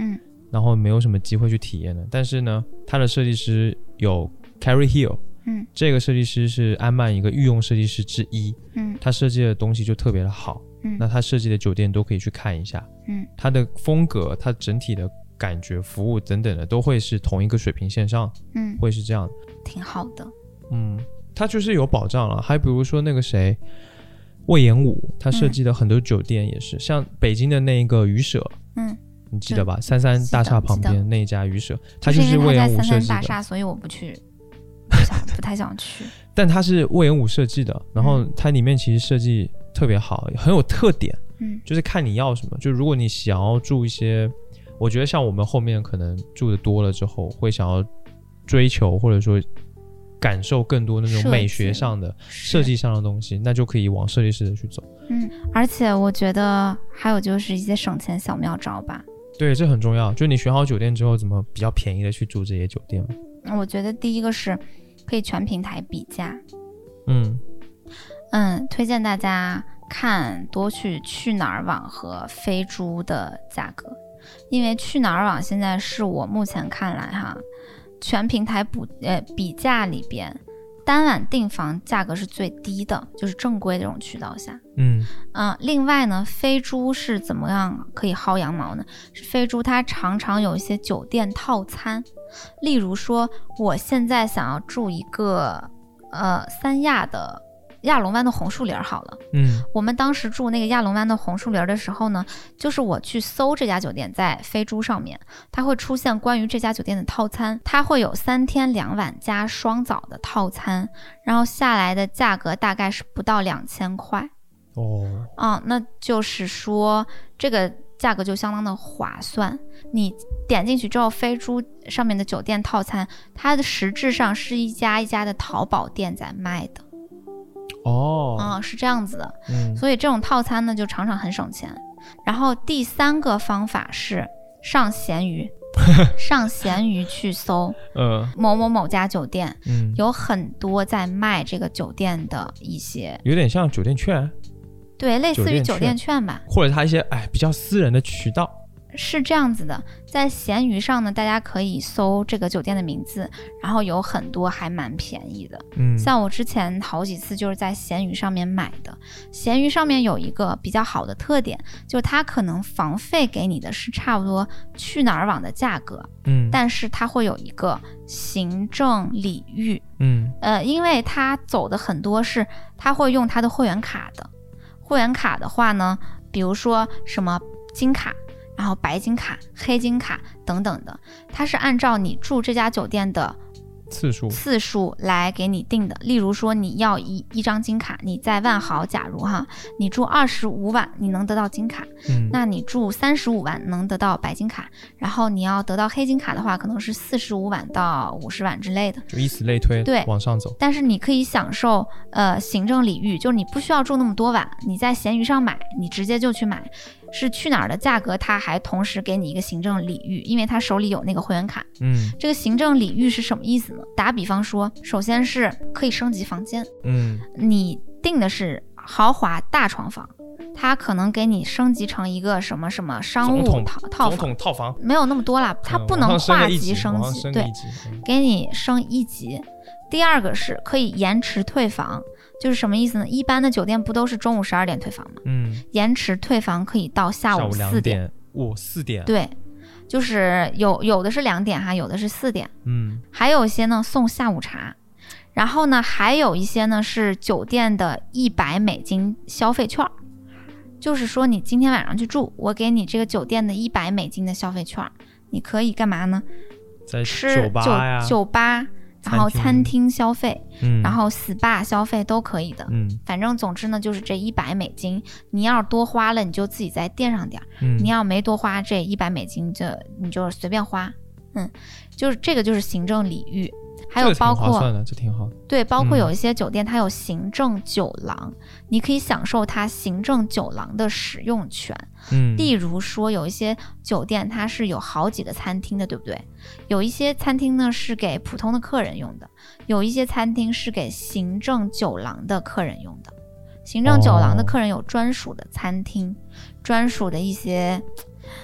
然后没有什么机会去体验的。但是呢，它的设计师有 Carrie Hill， 嗯， 这个设计师是安曼一个御用设计师之一， 嗯， 他设计的东西就特别的好， 嗯， 那他设计的酒店都可以去看一下， 嗯， 他的风格，他整体的感觉、服务等等的都会是同一个水平线上， 嗯， 会是这样， 挺好的， 嗯，他就是有保障了。还比如说那个谁，魏延武，他设计的很多酒店也是，嗯、像北京的那个鱼舍， 嗯， 你记得吧？三三大厦旁边那一家鱼舍，它就是魏延武设计的。 三三大厦，所以我不去，不想不太想去。 但它是魏延武设计的，然后它里面其实设计特别好，很有特点。嗯，就是看你要什么。就如果你想要住一些，我觉得像我们后面可能住的多了之后，会想要追求或者说感受更多那种美学上的、设计上的东西，那就可以往设计师的去走。 嗯，而且我觉得还有就是一些省钱小妙招吧。 对，这很重要。就你选好酒店之后，怎么比较便宜的去住这些酒店嘛？ 我觉得第一个是可以全平台比价。 嗯嗯，推荐大家看多去去哪儿网和飞猪的价格，因为去哪儿网现在是我目前看来哈，全平台补呃比价里边单晚订房价格是最低的，就是正规这种渠道下。 嗯嗯、呃，另外呢，飞猪是怎么样可以薅羊毛呢？是飞猪它常常有一些酒店套餐，例如说我现在想要住一个呃三亚的亚龙湾的红树林好了， 嗯， 我们当时住那个亚龙湾的红树林的时候呢，就是我去搜这家酒店，在飞猪上面，它会出现关于这家酒店的套餐，它会有三天两晚加双早的套餐，然后下来的价格大概是不到两千块。 哦， 啊，那就是说这个价格就相当的划算。你点进去之后，飞猪上面的酒店套餐，它的实质上是一家一家的淘宝店在卖的。 哦， 嗯，是这样子的， 嗯， 所以这种套餐呢就常常很省钱。然后第三个方法是上闲鱼，上闲鱼去搜， 呃， 某某某家酒店， 嗯， 有很多在卖这个酒店的一些， 有点像酒店券， 对，类似于酒店券吧， 或者它一些哎比较私人的渠道。 是这样子的，在闲鱼上呢，大家可以搜这个酒店的名字，然后有很多还蛮便宜的。 嗯， 像我之前好几次就是在闲鱼上面买的。闲鱼上面有一个比较好的特点，就是它可能房费给你的是差不多去哪儿网的价格， 嗯， 但是它会有一个行政礼遇， 嗯， 呃，因为它走的很多是它会用它的会员卡的，会员卡的话呢，比如说什么金卡，然后白金卡、黑金卡等等的，它是按照你住这家酒店的次数次数来给你定的。例如说你要一一张金卡，你在万豪，假如哈，你住二十五晚你能得到金卡， 嗯， 那你住三十五晚能得到白金卡，然后你要得到黑金卡的话，可能是四十五晚到五十晚之类的， 就以此类推， 对， 往上走。 但是你可以享受呃行政礼遇，就是你不需要住那么多晚，你在闲鱼上买，你直接就去买。是去哪儿的价格，他还同时给你一个行政礼遇，因为他手里有那个会员卡。 嗯， 这个行政礼遇是什么意思呢？打比方说，首先是可以升级房间。 嗯， 你订的是豪华大床房，他可能给你升级成一个什么什么商务套套房， 总统套房没有那么多啦，它不能划级升级， 嗯、 对， 嗯、 给你升一级。第二个是可以延迟退房。就是什么意思呢？一般的酒店不都是中午十二点退房吗？ 嗯， 延迟退房可以到下午四点。 哦，四点。 对，就是有有的是两点哈，有的是四点。 嗯， 还有一些呢送下午茶，然后呢还有一些呢是酒店的一百美金消费券，就是说你今天晚上去住，我给你这个酒店的一百美金的消费券，你可以干嘛呢？ 在吃酒吧呀， 酒吧。然后餐厅消费， 嗯， 然后 S P A 消费都可以的， 嗯， 反正总之呢，就是这一百美金，你要是多花了，你就自己再垫上点， 嗯， 你要没多花这一百美金就你就随便花，嗯，就是这个就是行政礼遇，还有包括这挺划算的，这挺好的， 对，包括有一些酒店它有行政酒廊，嗯，你可以享受它行政酒廊的使用权， 嗯， 例如说有一些酒店它是有好几个餐厅的，对不对？有一些餐厅呢是给普通的客人用的，有一些餐厅是给行政酒廊的客人用的。行政酒廊的客人有专属的餐厅，哦，专属的一些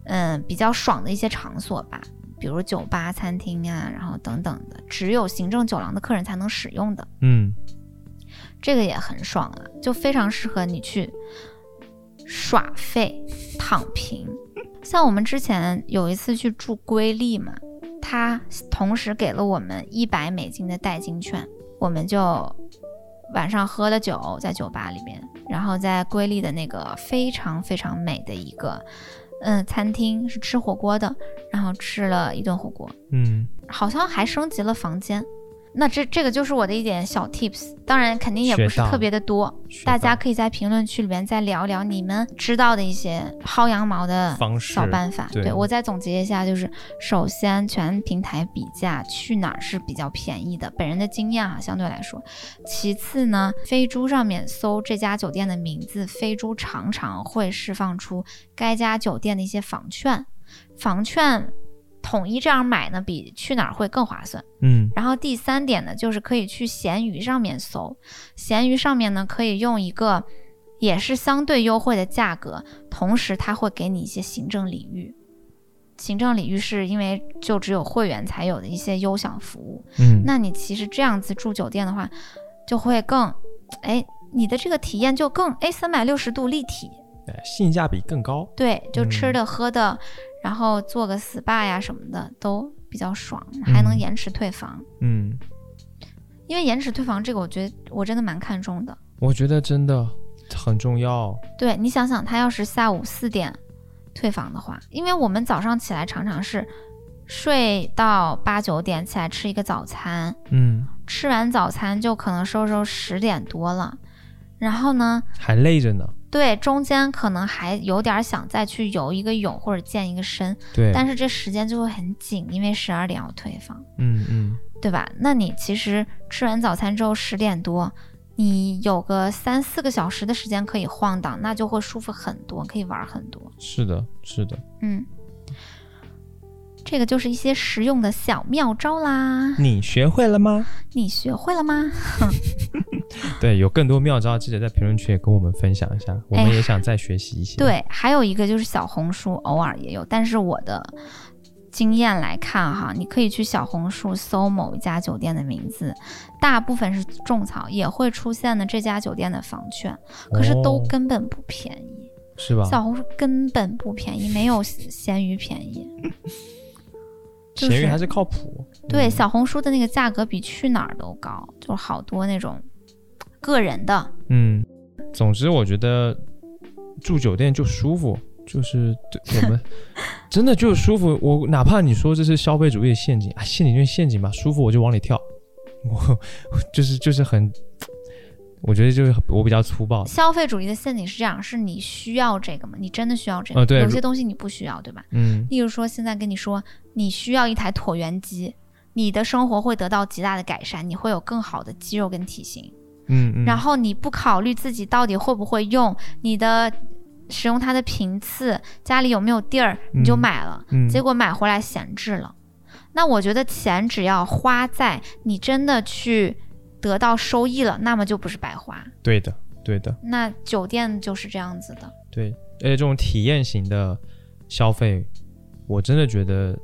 嗯比较爽的一些场所吧，比如酒吧、餐厅啊，然后等等的，只有行政酒廊的客人才能使用的。 嗯， 这个也很爽了，就非常适合你去耍废、躺平。像我们之前有一次去住瑰丽嘛，他同时给了我们一百美金的代金券，我们就晚上喝了酒在酒吧里边，然后在瑰丽的那个非常非常美的一个嗯餐厅是吃火锅的，然后吃了一顿火锅， 嗯， 好像还升级了房间。那这这个就是我的一点小 tips， 当然肯定也不是特别的多，大家可以在评论区里面再聊聊你们知道的一些薅羊毛的小办法。对，对我再总结一下，就是首先全平台比价，去哪儿是比较便宜的，本人的经验啊相对来说。其次呢，飞猪上面搜这家酒店的名字，飞猪常常会释放出该家酒店的一些房券，房券统一这样买呢，比去哪儿会更划算。 嗯， 然后第三点呢，就是可以去闲鱼上面搜，闲鱼上面呢可以用一个也是相对优惠的价格，同时它会给你一些行政礼遇。行政礼遇是因为就只有会员才有的一些优享服务。 嗯， 那你其实这样子住酒店的话，就会更，哎，你的这个体验就更哎三百六十度立体， 性价比更高。 对，就吃的、嗯、喝的。然后做个 S P A 呀什么的都比较爽，还能延迟退房。 嗯， 因为延迟退房这个我觉得我真的蛮看重的， 我觉得真的很重要。 对，你想想他要是下午四点退房的话，因为我们早上起来常常是睡到八九点起来吃一个早餐， 嗯， 吃完早餐就可能收收十点多了，然后呢还累着呢， 对，中间可能还有点想再去游一个泳或者健一个身， 对， 但是这时间就会很紧，因为十二点要退房， 嗯嗯， 对吧？那你其实吃完早餐之后十点多，你有个三四个小时的时间可以晃荡，那就会舒服很多，可以玩很多。 是的，是的， 嗯，这个就是一些实用的小妙招啦。 你学会了吗？ 你学会了吗？ 对，有更多妙招记得在评论区也跟我们分享一下，我们也想再学习一些。 对，还有一个就是小红书偶尔也有，但是我的经验来看哈，你可以去小红书搜某一家酒店的名字，大部分是种草，也会出现的这家酒店的房券，可是都根本不便宜， 哦、是吧？ 小红书根本不便宜，没有闲鱼便宜。 闲鱼还是靠谱。 对、 嗯， 小红书的那个价格比去哪儿都高，就好多那种个人的。 嗯，总之我觉得住酒店就舒服，就是对我们真的就舒服。我哪怕你说这是消费主义的陷阱啊，陷阱就是陷阱吧，舒服我就往里跳。我就是就是很，我觉得就是我比较粗暴。 消费主义的陷阱是这样，是你需要这个吗？你真的需要这个？ 呃、对， 有些东西你不需要，对吧？ 嗯。 例如说，现在跟你说你需要一台椭圆机，你的生活会得到极大的改善，你会有更好的肌肉跟体型。 嗯嗯。 然后你不考虑自己到底会不会用，你的使用它的频次，家里有没有地儿，你就买了、 嗯嗯、 结果买回来闲置了。那我觉得钱只要花在你真的去得到收益了，那么就不是白花。 对的对的。 那酒店就是这样子的。 对，而且这种体验型的消费我真的觉得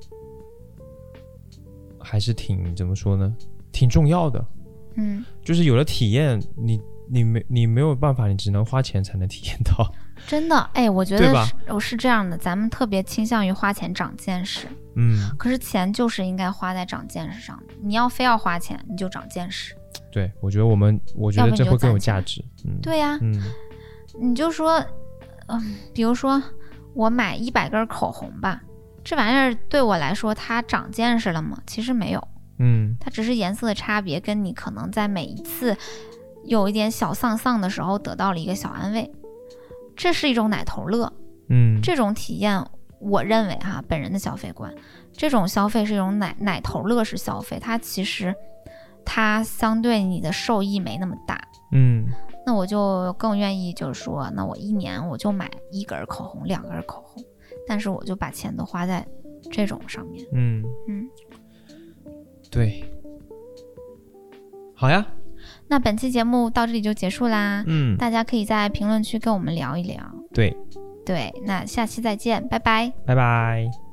还是挺怎么说呢，挺重要的。 嗯， 就是有了体验，你你没你没有办法，你只能花钱才能体验到。 真的，哎，我觉得是我是这样的，咱们特别倾向于花钱长见识。 嗯， 可是钱就是应该花在长见识上的，你要非要花钱，你就长见识。 对，我觉得我们我觉得这会更有价值。嗯， 对呀、啊， 嗯， 你就说，嗯，比如说我买一百根口红吧，这玩意儿对我来说，它长见识了吗？其实没有。 嗯， 它只是颜色的差别，跟你可能在每一次有一点小丧丧的时候得到了一个小安慰，这是一种奶头乐。 嗯， 这种体验，我认为哈，本人的消费观，这种消费是一种奶奶头乐式消费，它其实它相对你的受益没那么大。 嗯， 那我就更愿意就是说，那我一年我就买一根口红、两根口红，但是我就把钱都花在这种上面。 嗯嗯。 对，好呀， 那本期节目到这里就结束啦。 嗯， 大家可以在评论区跟我们聊一聊。 对， 对，那下期再见，拜拜。 拜拜。